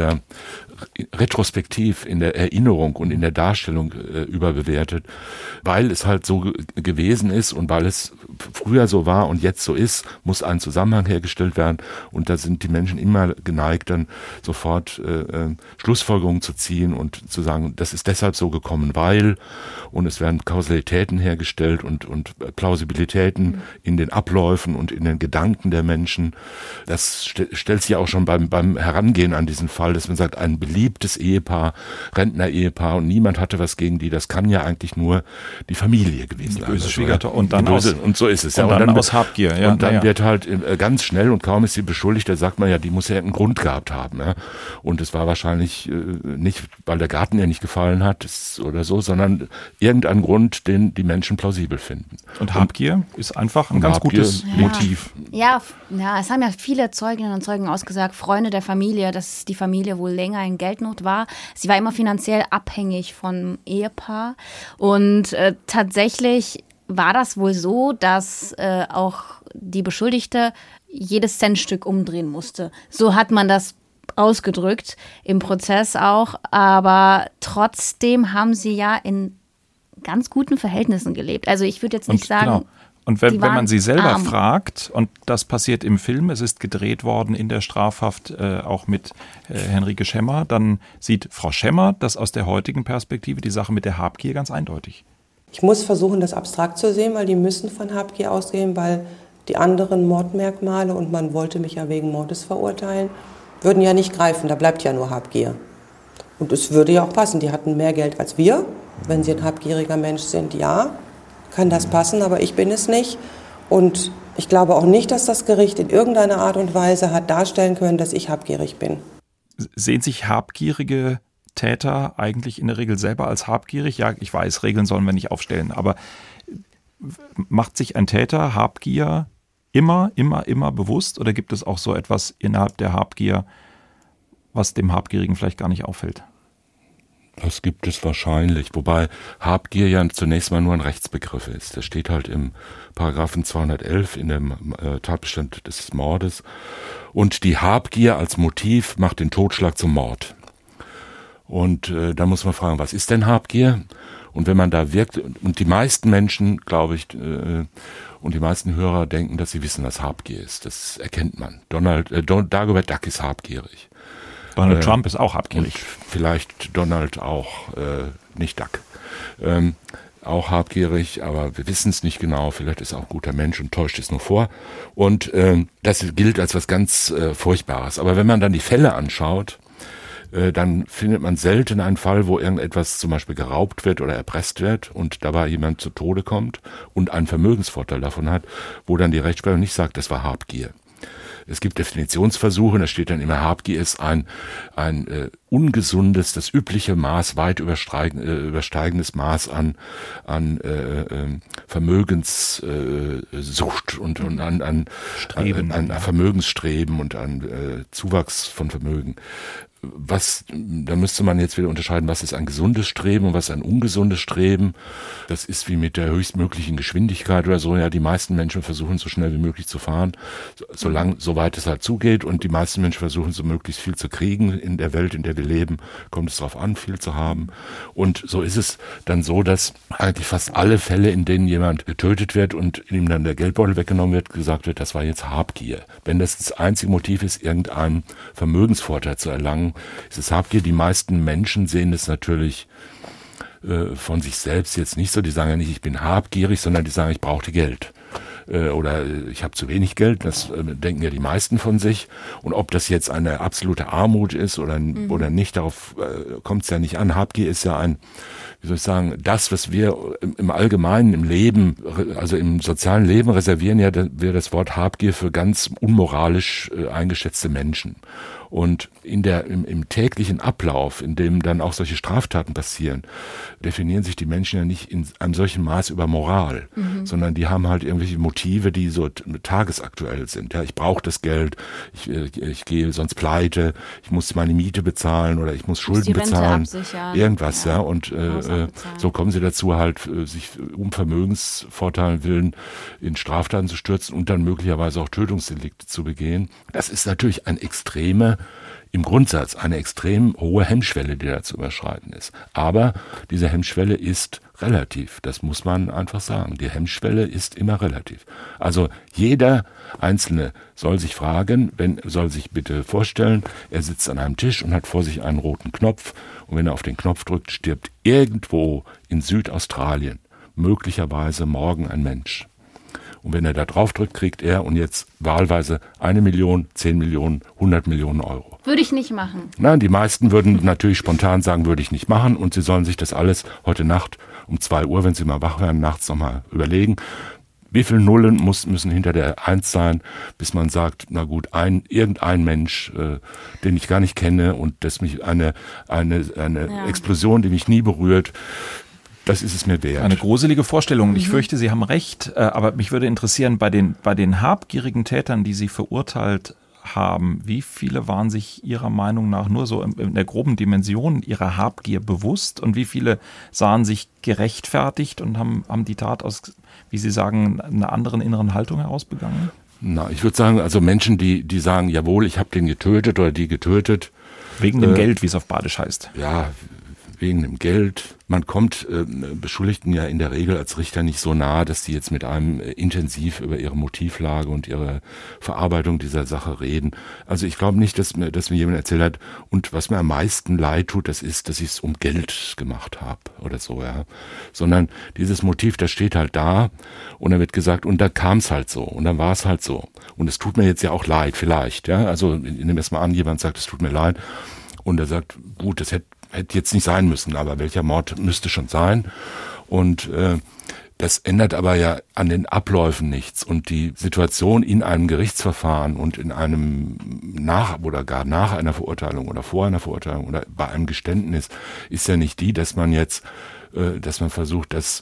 retrospektiv in der Erinnerung und in der Darstellung überbewertet, weil es halt so gewesen ist und weil es früher so war und jetzt so ist, muss ein Zusammenhang hergestellt werden, und da sind die Menschen immer geneigt, dann sofort Schlussfolgerungen zu ziehen und zu sagen, das ist deshalb so gekommen, weil, und es werden Kausalitäten hergestellt und Plausibilitäten in den Abläufen und in den Gedanken der Menschen. Das stellt sich auch schon beim Herangehen an diesen Fall, dass man sagt, ein beliebtes Ehepaar, Rentner-Ehepaar, und niemand hatte was gegen die, das kann ja eigentlich nur die Familie gewesen sein. Böse Schwiegertochter. Und dann und so ist es. Und dann aus Habgier. Ja, und dann wird halt ganz schnell, und kaum ist sie beschuldigt, da sagt man ja, die muss ja einen Grund gehabt haben. Ja? Und es war wahrscheinlich nicht, weil der Garten ihr nicht gefallen hat oder so, sondern irgendein Grund, den die Menschen plausibel finden. Und Habgier ist einfach ein ganz gutes Motiv. Ja, es haben ja viele Zeuginnen und Zeugen ausgesagt, Freunde der Familie, dass die Familie wohl länger in Geldnot war. Sie war immer finanziell abhängig vom Ehepaar, und tatsächlich war das wohl so, dass auch die Beschuldigte jedes Centstück umdrehen musste. So hat man das ausgedrückt im Prozess auch, aber trotzdem haben sie ja in ganz guten Verhältnissen gelebt. Also ich würde jetzt nicht sagen... Genau. Und wenn man sie selber fragt, und das passiert im Film, es ist gedreht worden in der Strafhaft auch mit Henrike Schemmer, dann sieht Frau Schemmer das aus der heutigen Perspektive, die Sache mit der Habgier, ganz eindeutig. Ich muss versuchen, das abstrakt zu sehen, weil die müssen von Habgier ausgehen, weil die anderen Mordmerkmale, und man wollte mich ja wegen Mordes verurteilen, würden ja nicht greifen, da bleibt ja nur Habgier. Und es würde ja auch passen, die hatten mehr Geld als wir. Wenn sie ein habgieriger Mensch sind, ja, kann das passen, aber ich bin es nicht. Und ich glaube auch nicht, dass das Gericht in irgendeiner Art und Weise hat darstellen können, dass ich habgierig bin. Sehen sich habgierige Täter eigentlich in der Regel selber als habgierig? Ja, ich weiß, Regeln sollen wir nicht aufstellen, aber macht sich ein Täter Habgier immer bewusst, oder gibt es auch so etwas innerhalb der Habgier, was dem Habgierigen vielleicht gar nicht auffällt? Das gibt es wahrscheinlich, wobei Habgier ja zunächst mal nur ein Rechtsbegriff ist. Das steht halt im Paragraphen 211 in dem Tatbestand des Mordes. Und die Habgier als Motiv macht den Totschlag zum Mord. Und da muss man fragen, was ist denn Habgier? Und wenn man da wirkt, und die meisten Menschen, glaube ich, und die meisten Hörer denken, dass sie wissen, was Habgier ist. Das erkennt man. Dagobert Duck ist habgierig. Donald Trump ist auch habgierig. Vielleicht Donald auch, nicht Duck. Auch habgierig, aber wir wissen es nicht genau. Vielleicht ist er auch ein guter Mensch und täuscht es nur vor. Und das gilt als was ganz Furchtbares. Aber wenn man dann die Fälle anschaut, dann findet man selten einen Fall, wo irgendetwas zum Beispiel geraubt wird oder erpresst wird und dabei jemand zu Tode kommt und einen Vermögensvorteil davon hat, wo dann die Rechtsprechung nicht sagt, das war Habgier. Es gibt Definitionsversuche, da steht dann immer, Habgier ist ein ungesundes, das übliche Maß, weit übersteigendes Maß an Vermögenssucht und an Vermögensstreben und an Zuwachs von Vermögen. Da müsste man jetzt wieder unterscheiden, was ist ein gesundes Streben und was ist ein ungesundes Streben. Das ist wie mit der höchstmöglichen Geschwindigkeit oder so. Ja, die meisten Menschen versuchen so schnell wie möglich zu fahren, soweit es halt zugeht. Und die meisten Menschen versuchen so möglichst viel zu kriegen in der Welt, in der wir leben. Kommt es darauf an, viel zu haben. Und so ist es dann so, dass eigentlich fast alle Fälle, in denen jemand getötet wird und ihm dann der Geldbeutel weggenommen wird, gesagt wird, das war jetzt Habgier. Wenn das einzige Motiv ist, irgendeinen Vermögensvorteil zu erlangen, ist es Habgier. Die meisten Menschen sehen das natürlich von sich selbst jetzt nicht so. Die sagen ja nicht, ich bin habgierig, sondern die sagen, ich brauchte Geld. Oder ich habe zu wenig Geld. Das denken ja die meisten von sich. Und ob das jetzt eine absolute Armut ist oder nicht, darauf kommt es ja nicht an. Habgier ist ja das, was wir im Allgemeinen, im Leben, also im sozialen Leben reservieren, ja, wir das Wort Habgier für ganz unmoralisch eingeschätzte Menschen. Und im täglichen Ablauf, in dem dann auch solche Straftaten passieren, definieren sich die Menschen ja nicht in einem solchen Maß über Moral, sondern die haben halt irgendwelche Motive, die so tagesaktuell sind. Ja, ich brauche das Geld, ich gehe sonst pleite, ich muss meine Miete bezahlen oder ich muss Schulden bezahlen, irgendwas, ja. Und so kommen sie dazu, halt sich um Vermögensvorteilen willen in Straftaten zu stürzen und dann möglicherweise auch Tötungsdelikte zu begehen. Das ist natürlich im Grundsatz eine extrem hohe Hemmschwelle, die da zu überschreiten ist. Aber diese Hemmschwelle ist relativ, das muss man einfach sagen. Die Hemmschwelle ist immer relativ. Also jeder Einzelne soll sich bitte vorstellen, er sitzt an einem Tisch und hat vor sich einen roten Knopf und wenn er auf den Knopf drückt, stirbt irgendwo in Südaustralien möglicherweise morgen ein Mensch. Und wenn er da drauf drückt, kriegt er und jetzt wahlweise 1 Million, 10 Millionen, 100 Millionen Euro. Würde ich nicht machen. Nein, die meisten würden natürlich spontan sagen, würde ich nicht machen. Und sie sollen sich das alles heute Nacht um 2 Uhr, wenn sie mal wach werden, nachts nochmal überlegen. Wie viele Nullen müssen hinter der 1 sein, bis man sagt, na gut, irgendein Mensch, den ich gar nicht kenne und das mich eine Explosion, die mich nie berührt, das ist es mir wert. Eine gruselige Vorstellung. Ich fürchte, Sie haben recht, aber mich würde interessieren, bei den habgierigen Tätern, die Sie verurteilt haben, wie viele waren sich Ihrer Meinung nach nur so in der groben Dimension ihrer Habgier bewusst und wie viele sahen sich gerechtfertigt und haben die Tat aus, wie Sie sagen, einer anderen inneren Haltung heraus begangen? Na, ich würde sagen, also Menschen, die sagen, jawohl, ich habe den getötet oder die getötet. Wegen dem Geld, wie es auf Badisch heißt. Ja, wegen dem Geld. Man kommt Beschuldigten ja in der Regel als Richter nicht so nahe, dass die jetzt mit einem intensiv über ihre Motivlage und ihre Verarbeitung dieser Sache reden. Also ich glaube nicht, dass mir jemand erzählt hat, und was mir am meisten leid tut, das ist, dass ich es um Geld gemacht habe oder so, ja. Sondern dieses Motiv, das steht halt da und dann wird gesagt, und da kam es halt so und dann war es halt so. Und es tut mir jetzt ja auch leid, vielleicht, ja. Also ich nehme es mal an, jemand sagt, es tut mir leid und er sagt, gut, das hätte jetzt nicht sein müssen, aber welcher Mord müsste schon sein? Und das ändert aber ja an den Abläufen nichts. Und die Situation in einem Gerichtsverfahren und in einem nach einer Verurteilung oder vor einer Verurteilung oder bei einem Geständnis ist ja nicht die, dass man versucht, das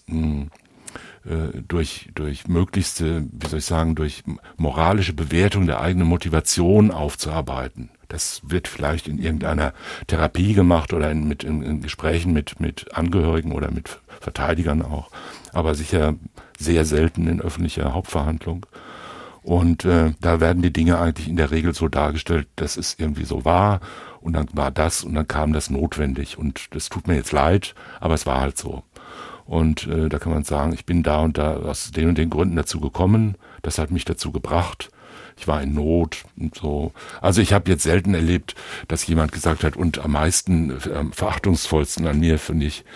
durch möglichste, durch moralische Bewertung der eigenen Motivation aufzuarbeiten. Das wird vielleicht in irgendeiner Therapie gemacht oder in Gesprächen mit Angehörigen oder mit Verteidigern auch, aber sicher sehr selten in öffentlicher Hauptverhandlung. Und da werden die Dinge eigentlich in der Regel so dargestellt, dass es irgendwie so war und dann war das und dann kam das notwendig und das tut mir jetzt leid, aber es war halt so. Und da kann man sagen, ich bin da und da aus den und den Gründen dazu gekommen, das hat mich dazu gebracht. Ich war in Not und so. Also ich habe jetzt selten erlebt, dass jemand gesagt hat, und am meisten verachtungsvollsten an mir finde ich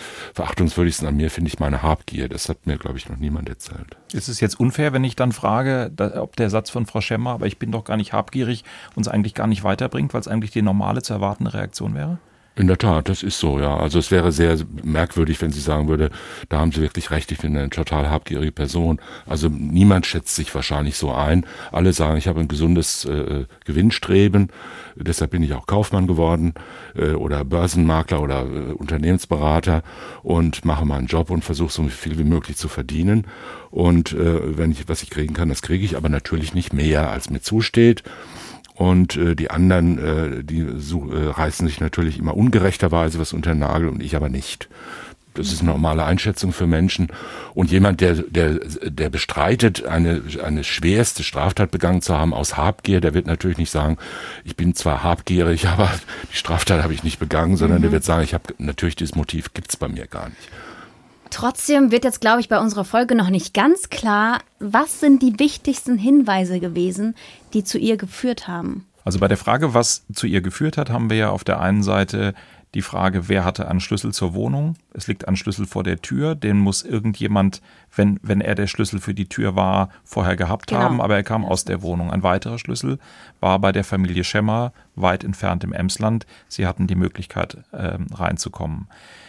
meine Habgier. Das hat mir, glaube ich, noch niemand erzählt. Ist es jetzt unfair, wenn ich dann frage, ob der Satz von Frau Schemmer, aber ich bin doch gar nicht habgierig, uns eigentlich gar nicht weiterbringt, weil es eigentlich die normale zu erwartende Reaktion wäre? In der Tat, das ist so, ja. Also es wäre sehr merkwürdig, wenn sie sagen würde, da haben Sie wirklich recht, ich bin eine total habgierige Person. Also niemand schätzt sich wahrscheinlich so ein. Alle sagen, ich habe ein gesundes Gewinnstreben, deshalb bin ich auch Kaufmann geworden oder Börsenmakler oder Unternehmensberater und mache meinen Job und versuche so viel wie möglich zu verdienen. Und was ich kriegen kann, das kriege ich, aber natürlich nicht mehr, als mir zusteht. Und die anderen, die reißen sich natürlich immer ungerechterweise was unter den Nagel und ich aber nicht. Das ist eine normale Einschätzung für Menschen. Und jemand, der bestreitet, eine schwerste Straftat begangen zu haben aus Habgier, der wird natürlich nicht sagen, ich bin zwar habgierig, aber die Straftat habe ich nicht begangen, sondern der wird sagen, ich habe natürlich dieses Motiv gibt's bei mir gar nicht. Trotzdem wird jetzt, glaube ich, bei unserer Folge noch nicht ganz klar, was sind die wichtigsten Hinweise gewesen, die zu ihr geführt haben? Also bei der Frage, was zu ihr geführt hat, haben wir ja auf der einen Seite die Frage, wer hatte einen Schlüssel zur Wohnung? Es liegt ein Schlüssel vor der Tür, den muss irgendjemand, wenn er der Schlüssel für die Tür war, vorher gehabt haben, aber er kam aus der Wohnung. Ein weiterer Schlüssel war bei der Familie Schemmer, weit entfernt im Emsland. Sie hatten die Möglichkeit, reinzukommen.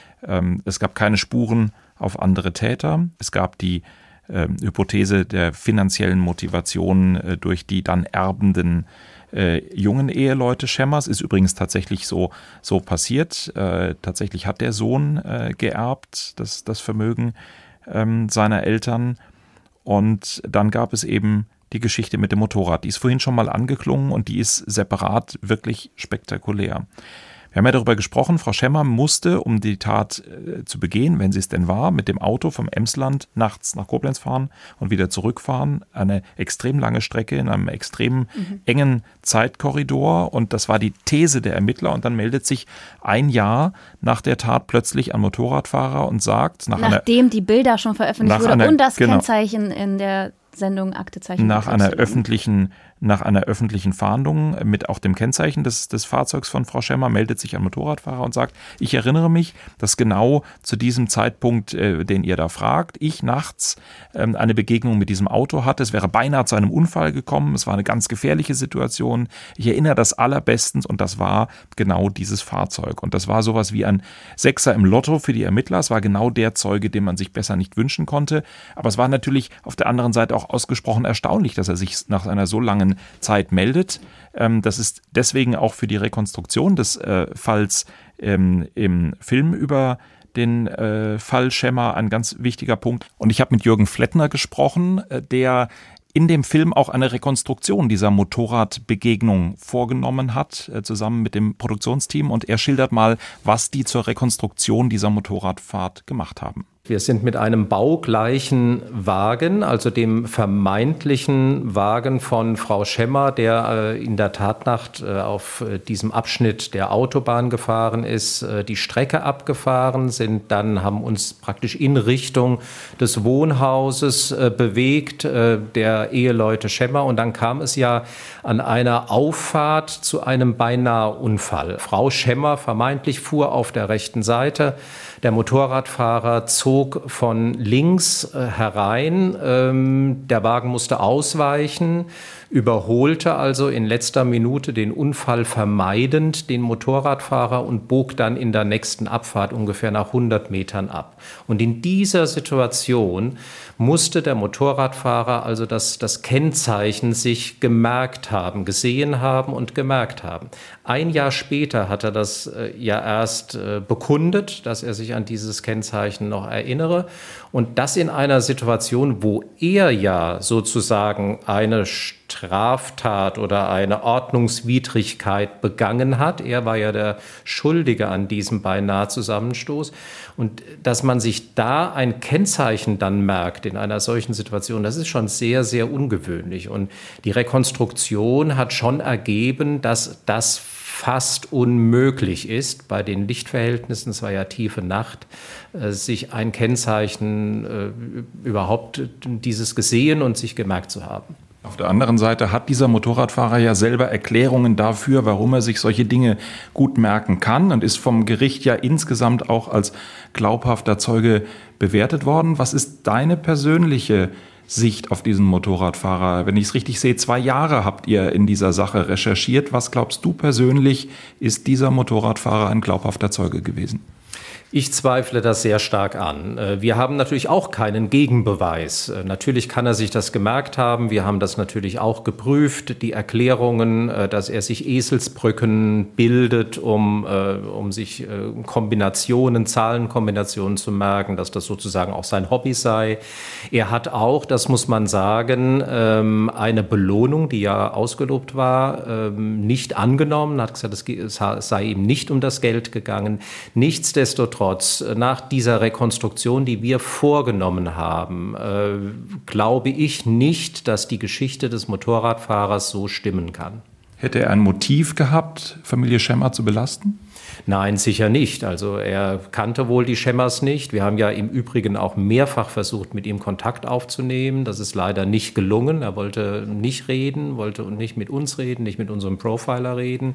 Es gab keine Spuren auf andere Täter. Es gab die Hypothese der finanziellen Motivation durch die dann erbenden jungen Eheleute Schemmers. Ist übrigens tatsächlich so passiert. Tatsächlich hat der Sohn geerbt, das Vermögen seiner Eltern. Und dann gab es eben die Geschichte mit dem Motorrad. Die ist vorhin schon mal angeklungen und die ist separat wirklich spektakulär. Wir haben ja darüber gesprochen, Frau Schemmer musste, um die Tat zu begehen, wenn sie es denn war, mit dem Auto vom Emsland nachts nach Koblenz fahren und wieder zurückfahren. Eine extrem lange Strecke in einem extrem engen Zeitkorridor. Und das war die These der Ermittler. Und dann meldet sich ein Jahr nach der Tat plötzlich ein Motorradfahrer und sagt, nachdem die Bilder schon veröffentlicht wurden und das Kennzeichen in der Sendung Aktezeichen. Nach einer öffentlichen Fahndung mit auch dem Kennzeichen des Fahrzeugs von Frau Schemmer meldet sich ein Motorradfahrer und sagt, ich erinnere mich, dass genau zu diesem Zeitpunkt, den ihr da fragt, ich nachts eine Begegnung mit diesem Auto hatte. Es wäre beinahe zu einem Unfall gekommen. Es war eine ganz gefährliche Situation. Ich erinnere das allerbestens und das war genau dieses Fahrzeug. Und das war sowas wie ein Sechser im Lotto für die Ermittler. Es war genau der Zeuge, den man sich besser nicht wünschen konnte. Aber es war natürlich auf der anderen Seite auch ausgesprochen erstaunlich, dass er sich nach einer so langen Zeit meldet. Das ist deswegen auch für die Rekonstruktion des Falls im Film über den Fall Schemmer ein ganz wichtiger Punkt. Und ich habe mit Jürgen Flettner gesprochen, der in dem Film auch eine Rekonstruktion dieser Motorradbegegnung vorgenommen hat, zusammen mit dem Produktionsteam. Und er schildert mal, was die zur Rekonstruktion dieser Motorradfahrt gemacht haben. Wir sind mit einem baugleichen Wagen, also dem vermeintlichen Wagen von Frau Schemmer, der in der Tatnacht auf diesem Abschnitt der Autobahn gefahren ist, die Strecke abgefahren, haben uns praktisch in Richtung des Wohnhauses bewegt, der Eheleute Schemmer. Und dann kam es ja an einer Auffahrt zu einem Beinahe-Unfall. Frau Schemmer vermeintlich fuhr auf der rechten Seite. Der Motorradfahrer zog von links herein. Der Wagen musste ausweichen, überholte also in letzter Minute den Unfall vermeidend den Motorradfahrer und bog dann in der nächsten Abfahrt ungefähr nach 100 Metern ab. Und in dieser Situation musste der Motorradfahrer also das Kennzeichen sich gemerkt haben, gesehen haben und gemerkt haben. Ein Jahr später hat er das ja erst bekundet, dass er sich an dieses Kennzeichen noch erinnere. Und das in einer Situation, wo er ja sozusagen eine Straftat oder eine Ordnungswidrigkeit begangen hat. Er war ja der Schuldige an diesem beinahe Zusammenstoß. Und dass man sich da ein Kennzeichen dann merkt in einer solchen Situation, das ist schon sehr, sehr ungewöhnlich. Und die Rekonstruktion hat schon ergeben, dass das fast unmöglich ist, bei den Lichtverhältnissen, es war ja tiefe Nacht, sich ein Kennzeichen überhaupt dieses gesehen und sich gemerkt zu haben. Auf der anderen Seite hat dieser Motorradfahrer ja selber Erklärungen dafür, warum er sich solche Dinge gut merken kann und ist vom Gericht ja insgesamt auch als glaubhafter Zeuge bewertet worden. Was ist deine persönliche Sicht auf diesen Motorradfahrer? Wenn ich es richtig sehe, 2 Jahre habt ihr in dieser Sache recherchiert. Was glaubst du persönlich, ist dieser Motorradfahrer ein glaubhafter Zeuge gewesen? Ich zweifle das sehr stark an. Wir haben natürlich auch keinen Gegenbeweis. Natürlich kann er sich das gemerkt haben. Wir haben das natürlich auch geprüft. Die Erklärungen, dass er sich Eselsbrücken bildet, um sich Kombinationen, Zahlenkombinationen zu merken, dass das sozusagen auch sein Hobby sei. Er hat auch, das muss man sagen, eine Belohnung, die ja ausgelobt war, nicht angenommen. Er hat gesagt, es sei ihm nicht um das Geld gegangen. Nichtsdestotrotz, nach dieser Rekonstruktion, die wir vorgenommen haben, glaube ich nicht, dass die Geschichte des Motorradfahrers so stimmen kann. Hätte er ein Motiv gehabt, Familie Schemmer zu belasten? Nein, sicher nicht. Also er kannte wohl die Schemmers nicht. Wir haben ja im Übrigen auch mehrfach versucht, mit ihm Kontakt aufzunehmen. Das ist leider nicht gelungen. Er wollte nicht reden, wollte nicht mit uns reden, nicht mit unserem Profiler reden.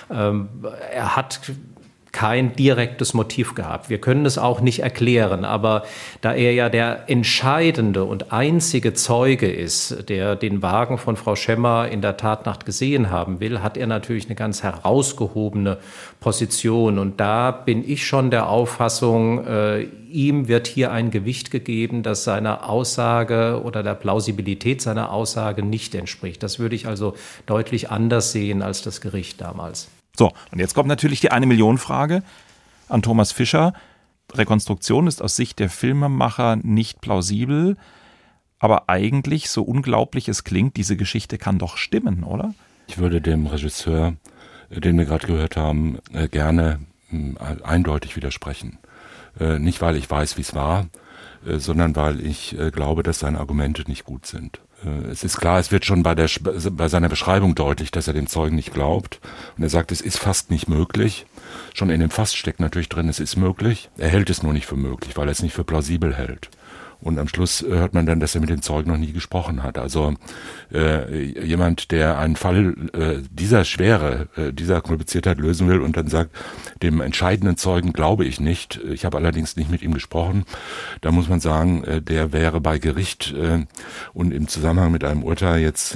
Er hat kein direktes Motiv gehabt. Wir können es auch nicht erklären, aber da er ja der entscheidende und einzige Zeuge ist, der den Wagen von Frau Schemmer in der Tatnacht gesehen haben will, hat er natürlich eine ganz herausgehobene Position. Und da bin ich schon der Auffassung, ihm wird hier ein Gewicht gegeben, das seiner Aussage oder der Plausibilität seiner Aussage nicht entspricht. Das würde ich also deutlich anders sehen als das Gericht damals. So, und jetzt kommt natürlich die 1-Million-Frage an Thomas Fischer. Rekonstruktion ist aus Sicht der Filmemacher nicht plausibel, aber eigentlich, so unglaublich es klingt, diese Geschichte kann doch stimmen, oder? Ich würde dem Regisseur, den wir gerade gehört haben, gerne eindeutig widersprechen. Nicht, weil ich weiß, wie es war, sondern weil ich glaube, dass seine Argumente nicht gut sind. Es ist klar, es wird schon bei seiner Beschreibung deutlich, dass er dem Zeugen nicht glaubt. Und er sagt, es ist fast nicht möglich. Schon in dem Fast steckt natürlich drin, es ist möglich. Er hält es nur nicht für möglich, weil er es nicht für plausibel hält. Und am Schluss hört man dann, dass er mit dem Zeugen noch nie gesprochen hat. Also jemand, der einen Fall dieser Schwere, dieser Kompliziertheit lösen will und dann sagt, dem entscheidenden Zeugen glaube ich nicht, ich habe allerdings nicht mit ihm gesprochen, da muss man sagen, der wäre bei Gericht und im Zusammenhang mit einem Urteil jetzt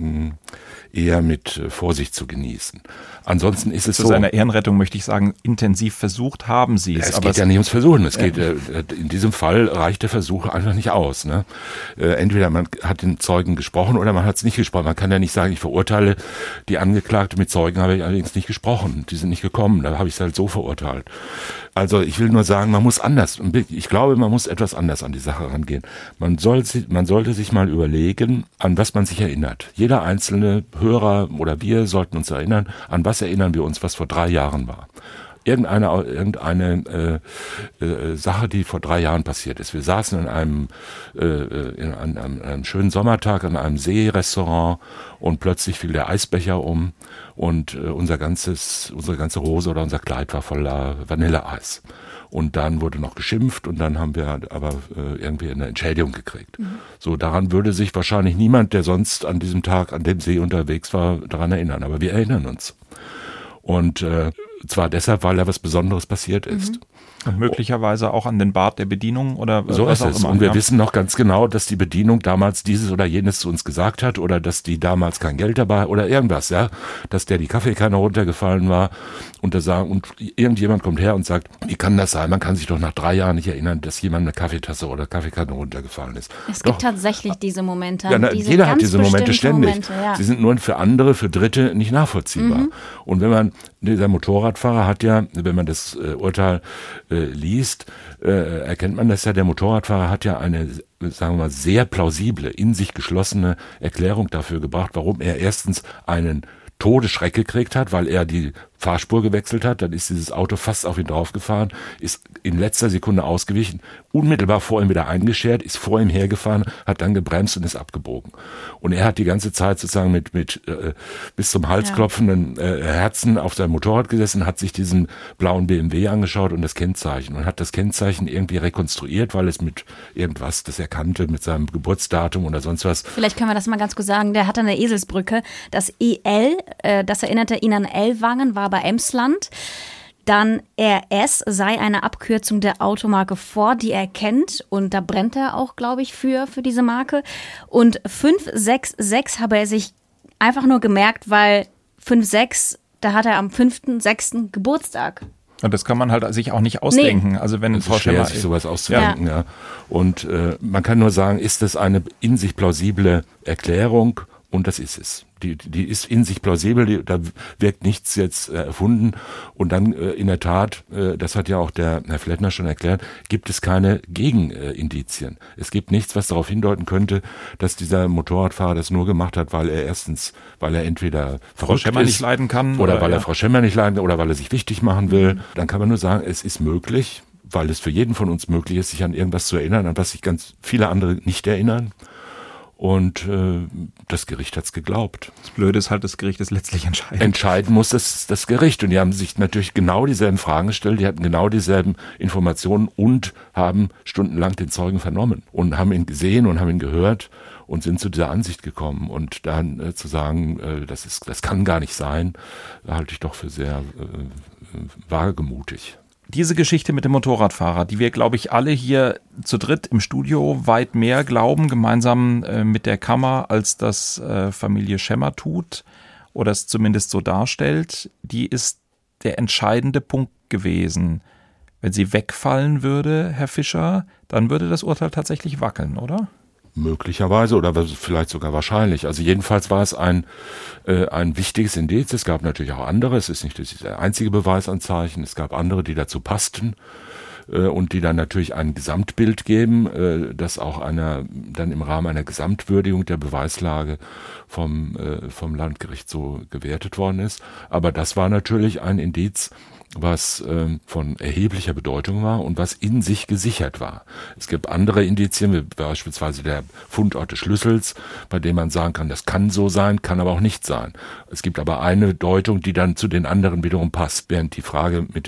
eher mit Vorsicht zu genießen. Ansonsten ist es so. Zu seiner Ehrenrettung möchte ich sagen, intensiv versucht haben Sie es. Es geht ja nicht ums Versuchen. Es geht, in diesem Fall reicht der Versuch einfach nicht aus. Ne? Entweder man hat den Zeugen gesprochen oder man hat es nicht gesprochen. Man kann ja nicht sagen, ich verurteile die Angeklagte, mit Zeugen habe ich allerdings nicht gesprochen. Die sind nicht gekommen, da habe ich es halt so verurteilt. Also ich will nur sagen, man muss anders, ich glaube, man muss etwas anders an die Sache rangehen. Man sollte sich mal überlegen, an was man sich erinnert. Jeder einzelne Hörer oder wir sollten uns erinnern, an was erinnern wir uns, was vor 3 Jahren war. Irgendeine Sache, die vor 3 Jahren passiert ist. Wir saßen an einem schönen Sommertag an einem Seerestaurant und plötzlich fiel der Eisbecher um und unsere ganze Hose oder unser Kleid war voller Vanilleeis. Und dann wurde noch geschimpft und dann haben wir aber irgendwie eine Entschädigung gekriegt. Mhm. So, daran würde sich wahrscheinlich niemand, der sonst an diesem Tag an dem See unterwegs war, daran erinnern. Aber wir erinnern uns. Und zwar deshalb, weil da was Besonderes passiert ist. Und möglicherweise auch an den Bart der Bedienung oder so was ist auch es. immer. Und wir wissen noch ganz genau, dass die Bedienung damals dieses oder jenes zu uns gesagt hat oder dass die damals kein Geld dabei oder irgendwas, ja, dass die Kaffeekanne runtergefallen war und irgendjemand kommt her und sagt, wie kann das sein? Man kann sich doch nach 3 Jahren nicht erinnern, dass jemand eine Kaffeetasse oder Kaffeekanne runtergefallen ist. Es gibt tatsächlich diese Momente. Ja, jeder hat diese Momente ständig. Ja. Sie sind nur für andere, für Dritte nicht nachvollziehbar. Und dieser Motorradfahrer hat ja, wenn man das Urteil liest, erkennt man, dass ja der Motorradfahrer hat ja eine, sagen wir mal, sehr plausible, in sich geschlossene Erklärung dafür gebracht, warum er erstens einen Todesschreck gekriegt hat, weil er die Fahrspur gewechselt hat. Dann ist dieses Auto fast auf ihn draufgefahren, ist in letzter Sekunde ausgewichen, unmittelbar vor ihm wieder eingeschert, ist vor ihm hergefahren, hat dann gebremst und ist abgebogen. Und er hat die ganze Zeit sozusagen mit bis zum Hals klopfenden Herzen auf seinem Motorrad gesessen, hat sich diesen blauen BMW angeschaut und das Kennzeichen und hat das Kennzeichen irgendwie rekonstruiert, weil es mit irgendwas, das er kannte, mit seinem Geburtsdatum oder sonst was. Vielleicht können wir das mal ganz kurz sagen. Der hatte eine Eselsbrücke. Das EL, das erinnerte ihn an Ellwangen, war bei Emsland. Dann RS sei eine Abkürzung der Automarke Ford, die er kennt. Und da brennt er auch, glaube ich, für diese Marke. Und 566 habe er sich einfach nur gemerkt, weil 5,6, da hat er am 5.6. Geburtstag. Und das kann man halt sich auch nicht ausdenken. Nee. Also wenn es ist schwer, sich sowas auszudenken. Ja. Und man kann nur sagen, ist das eine in sich plausible Erklärung? Und das ist es. Die ist in sich plausibel, da wirkt nichts jetzt erfunden. Und dann in der Tat, das hat ja auch der Herr Flettner schon erklärt, gibt es keine Gegenindizien. Es gibt nichts, was darauf hindeuten könnte, dass dieser Motorradfahrer das nur gemacht hat, weil er entweder Frau Schemmer nicht leiden kann. Oder weil er Frau Schemmer nicht leiden kann oder weil er sich wichtig machen will. Dann kann man nur sagen, es ist möglich, weil es für jeden von uns möglich ist, sich an irgendwas zu erinnern, an was sich ganz viele andere nicht erinnern. Und das Gericht hat's geglaubt. Das Blöde ist halt, das Gericht ist letztlich entscheidend. Entscheiden muss das Gericht. Und die haben sich natürlich genau dieselben Fragen gestellt, die hatten genau dieselben Informationen und haben stundenlang den Zeugen vernommen und haben ihn gesehen und haben ihn gehört und sind zu dieser Ansicht gekommen. Und dann zu sagen, das kann gar nicht sein, halte ich doch für sehr wagemutig. Diese Geschichte mit dem Motorradfahrer, die wir, glaube ich, alle hier zu dritt im Studio weit mehr glauben, gemeinsam mit der Kammer, als das Familie Schemmer tut oder es zumindest so darstellt, die ist der entscheidende Punkt gewesen. Wenn sie wegfallen würde, Herr Fischer, dann würde das Urteil tatsächlich wackeln, oder? Möglicherweise oder vielleicht sogar wahrscheinlich. Also jedenfalls war es ein wichtiges Indiz. Es gab natürlich auch andere. Es ist nicht das einzige Beweisanzeichen. Es gab andere, die dazu passten und die dann natürlich ein Gesamtbild geben, das auch dann im Rahmen einer Gesamtwürdigung der Beweislage vom Landgericht so gewertet worden ist. Aber das war natürlich ein Indiz, was von erheblicher Bedeutung war und was in sich gesichert war. Es gibt andere Indizien, wie beispielsweise der Fundort des Schlüssels, bei dem man sagen kann, das kann so sein, kann aber auch nicht sein. Es gibt aber eine Deutung, die dann zu den anderen wiederum passt, während die Frage mit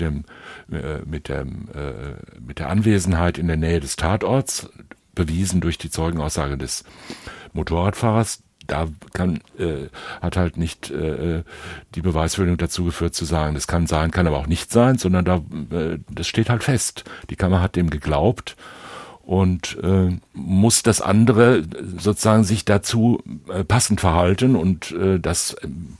der Anwesenheit in der Nähe des Tatorts, bewiesen durch die Zeugenaussage des Motorradfahrers, da hat halt nicht die Beweisführung dazu geführt zu sagen, das kann sein, kann aber auch nicht sein, sondern das steht halt fest. Die Kammer hat dem geglaubt und muss das andere sozusagen sich dazu passend verhalten und das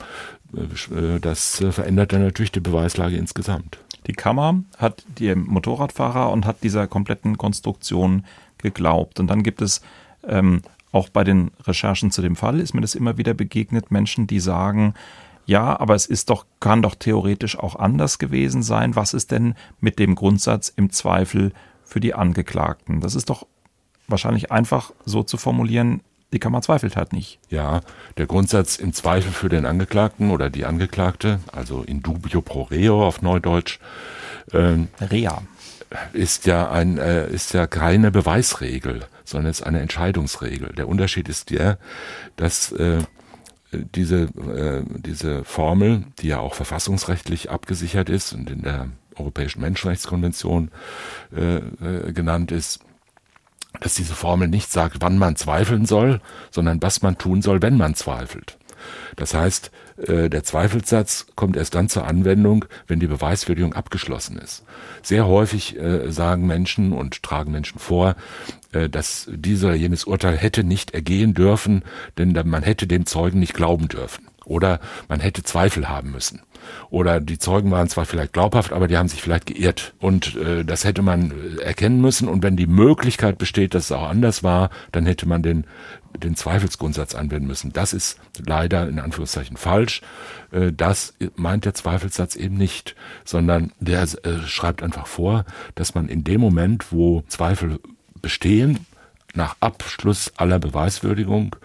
verändert dann natürlich die Beweislage insgesamt. Die Kammer hat dem Motorradfahrer und hat dieser kompletten Konstruktion geglaubt. Und dann gibt es auch bei den Recherchen zu dem Fall ist mir das immer wieder begegnet, Menschen, die sagen, ja, aber kann doch theoretisch auch anders gewesen sein. Was ist denn mit dem Grundsatz im Zweifel für die Angeklagten? Das ist doch wahrscheinlich einfach so zu formulieren, die Kammer zweifelt halt nicht. Ja, der Grundsatz im Zweifel für den Angeklagten oder die Angeklagte, also in dubio pro reo auf Neudeutsch, Rea. Ist ja keine Beweisregel, sondern ist eine Entscheidungsregel. Der Unterschied ist der, dass diese Formel, die ja auch verfassungsrechtlich abgesichert ist und in der Europäischen Menschenrechtskonvention genannt ist, dass diese Formel nicht sagt, wann man zweifeln soll, sondern was man tun soll, wenn man zweifelt. Das heißt, der Zweifelssatz kommt erst dann zur Anwendung, wenn die Beweiswürdigung abgeschlossen ist. Sehr häufig sagen Menschen und tragen Menschen vor, dass dieses oder jenes Urteil hätte nicht ergehen dürfen, denn man hätte dem Zeugen nicht glauben dürfen. Oder man hätte Zweifel haben müssen. Oder die Zeugen waren zwar vielleicht glaubhaft, aber die haben sich vielleicht geirrt. Und das hätte man erkennen müssen. Und wenn die Möglichkeit besteht, dass es auch anders war, dann hätte man den Zweifelsgrundsatz anwenden müssen. Das ist leider in Anführungszeichen falsch. Das meint der Zweifelssatz eben nicht, sondern der schreibt einfach vor, dass man in dem Moment, wo Zweifel bestehen, nach Abschluss aller Beweiswürdigung,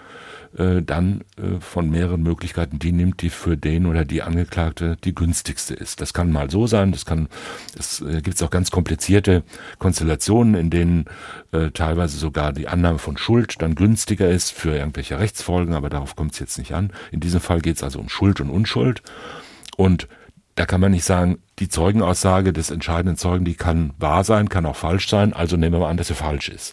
dann von mehreren Möglichkeiten die nimmt, die für den oder die Angeklagte die günstigste ist. Das kann mal so sein, es gibt es auch ganz komplizierte Konstellationen, in denen teilweise sogar die Annahme von Schuld dann günstiger ist für irgendwelche Rechtsfolgen, aber darauf kommt es jetzt nicht an. In diesem Fall geht es also um Schuld und Unschuld. Und da kann man nicht sagen, die Zeugenaussage des entscheidenden Zeugen, die kann wahr sein, kann auch falsch sein, also nehmen wir mal an, dass sie falsch ist.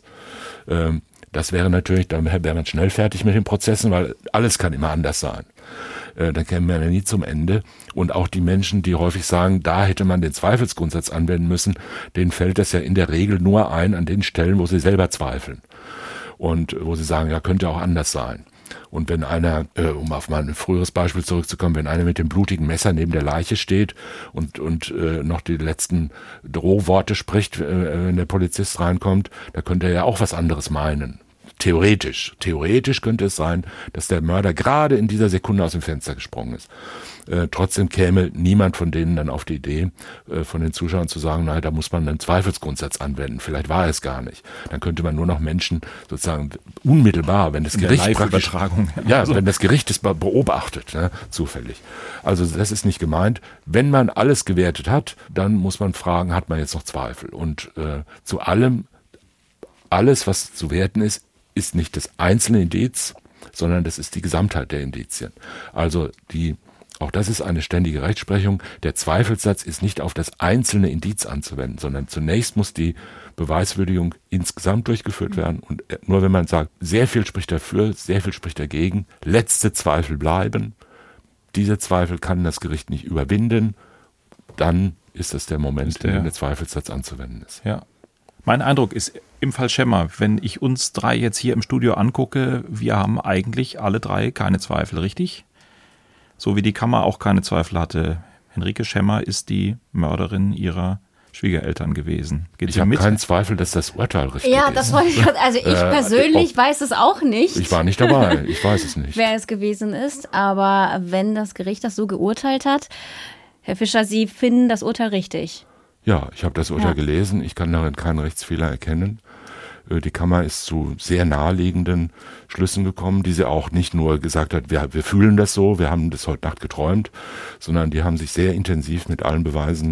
Das wäre natürlich, dann wäre man schnell fertig mit den Prozessen, weil alles kann immer anders sein. Dann kämen wir ja nie zum Ende. Und auch die Menschen, die häufig sagen, da hätte man den Zweifelsgrundsatz anwenden müssen, denen fällt das ja in der Regel nur ein an den Stellen, wo sie selber zweifeln. Und wo sie sagen, ja, könnte auch anders sein. Und wenn einer, um auf mal ein früheres Beispiel zurückzukommen, wenn einer mit dem blutigen Messer neben der Leiche steht und noch die letzten Drohworte spricht, wenn der Polizist reinkommt, da könnte er ja auch was anderes meinen. Theoretisch könnte es sein, dass der Mörder gerade in dieser Sekunde aus dem Fenster gesprungen ist. Trotzdem käme niemand von denen dann auf die Idee, von den Zuschauern zu sagen, nein, da muss man einen Zweifelsgrundsatz anwenden. Vielleicht war es gar nicht. Dann könnte man nur noch Menschen sozusagen unmittelbar, wenn das Gericht wenn das Gericht es beobachtet, ne, zufällig. Also das ist nicht gemeint. Wenn man alles gewertet hat, dann muss man fragen, hat man jetzt noch Zweifel? Und zu allem, alles, was zu werten ist nicht das einzelne Indiz, sondern das ist die Gesamtheit der Indizien. Also auch das ist eine ständige Rechtsprechung. Der Zweifelssatz ist nicht auf das einzelne Indiz anzuwenden, sondern zunächst muss die Beweiswürdigung insgesamt durchgeführt werden. Und nur wenn man sagt, sehr viel spricht dafür, sehr viel spricht dagegen, letzte Zweifel bleiben, diese Zweifel kann das Gericht nicht überwinden, dann ist das der Moment, in dem der Zweifelssatz anzuwenden ist. Ja. Mein Eindruck ist im Fall Schemmer, wenn ich uns drei jetzt hier im Studio angucke, wir haben eigentlich alle drei keine Zweifel, richtig? So wie die Kammer auch keine Zweifel hatte. Henrike Schemmer ist die Mörderin ihrer Schwiegereltern gewesen. Ich habe keinen Zweifel, dass das Urteil richtig ist. Ja, das wollte ich gerade. Also ich persönlich weiß es auch nicht. Ich war nicht dabei, ich weiß es nicht. Wer es gewesen ist, aber wenn das Gericht das so geurteilt hat, Herr Fischer, Sie finden das Urteil richtig? Ja, ich habe das Urteil gelesen, ich kann darin keinen Rechtsfehler erkennen. Die Kammer ist zu sehr naheliegenden Schlüssen gekommen, die sie auch nicht nur gesagt hat, wir fühlen das so, wir haben das heute Nacht geträumt, sondern die haben sich sehr intensiv mit allen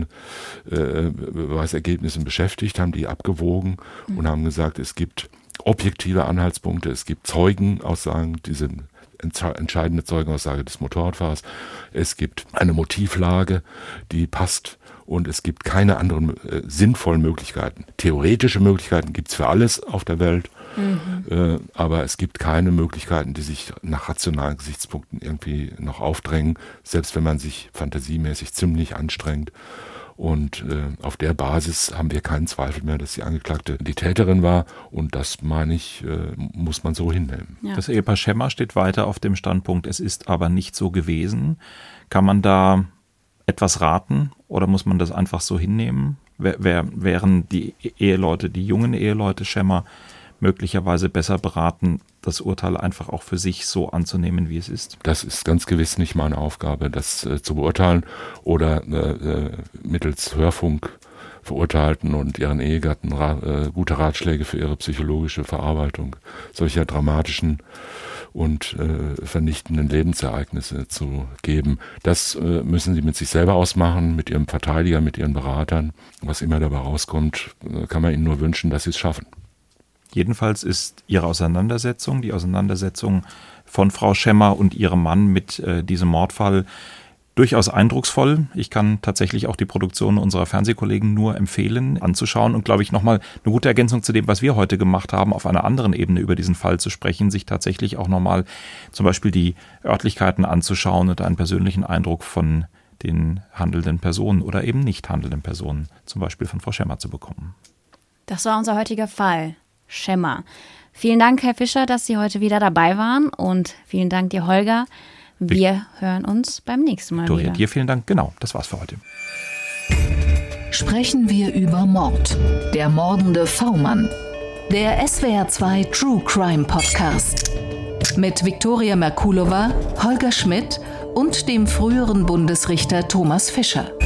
Beweisergebnissen beschäftigt, haben die abgewogen und haben gesagt, es gibt objektive Anhaltspunkte, es gibt Zeugenaussagen, diese entscheidende Zeugenaussage des Motorradfahrers, es gibt eine Motivlage, die passt. Und es gibt keine anderen sinnvollen Möglichkeiten. Theoretische Möglichkeiten gibt es für alles auf der Welt, aber es gibt keine Möglichkeiten, die sich nach rationalen Gesichtspunkten irgendwie noch aufdrängen, selbst wenn man sich fantasiemäßig ziemlich anstrengt. Und auf der Basis haben wir keinen Zweifel mehr, dass die Angeklagte die Täterin war. Und das, meine ich, muss man so hinnehmen. Ja. Das Ehepaar Schemmer steht weiter auf dem Standpunkt, es ist aber nicht so gewesen. Kann man da etwas raten oder muss man das einfach so hinnehmen? Wären die Eheleute, die jungen Eheleute Schemmer möglicherweise besser beraten, das Urteil einfach auch für sich so anzunehmen, wie es ist? Das ist ganz gewiss nicht meine Aufgabe, das zu beurteilen oder mittels Hörfunk Verurteilten und ihren Ehegatten gute Ratschläge für ihre psychologische Verarbeitung solcher dramatischen und vernichtenden Lebensereignisse zu geben. Das müssen sie mit sich selber ausmachen, mit ihrem Verteidiger, mit ihren Beratern. Was immer dabei rauskommt, kann man ihnen nur wünschen, dass sie es schaffen. Jedenfalls ist Ihre Auseinandersetzung, die Auseinandersetzung von Frau Schemmer und ihrem Mann mit diesem Mordfall durchaus eindrucksvoll. Ich kann tatsächlich auch die Produktion unserer Fernsehkollegen nur empfehlen, anzuschauen und, glaube ich, nochmal eine gute Ergänzung zu dem, was wir heute gemacht haben, auf einer anderen Ebene über diesen Fall zu sprechen, sich tatsächlich auch nochmal zum Beispiel die Örtlichkeiten anzuschauen und einen persönlichen Eindruck von den handelnden Personen oder eben nicht handelnden Personen, zum Beispiel von Frau Schemmer, zu bekommen. Das war unser heutiger Fall. Schemmer. Vielen Dank, Herr Fischer, dass Sie heute wieder dabei waren und vielen Dank dir, Holger. Wir hören uns beim nächsten Mal Victoria, wieder. Dir vielen Dank. Genau, das war's für heute. Sprechen wir über Mord. Der mordende V-Mann. Der SWR2 True Crime Podcast. Mit Viktoria Merkulova, Holger Schmidt und dem früheren Bundesrichter Thomas Fischer.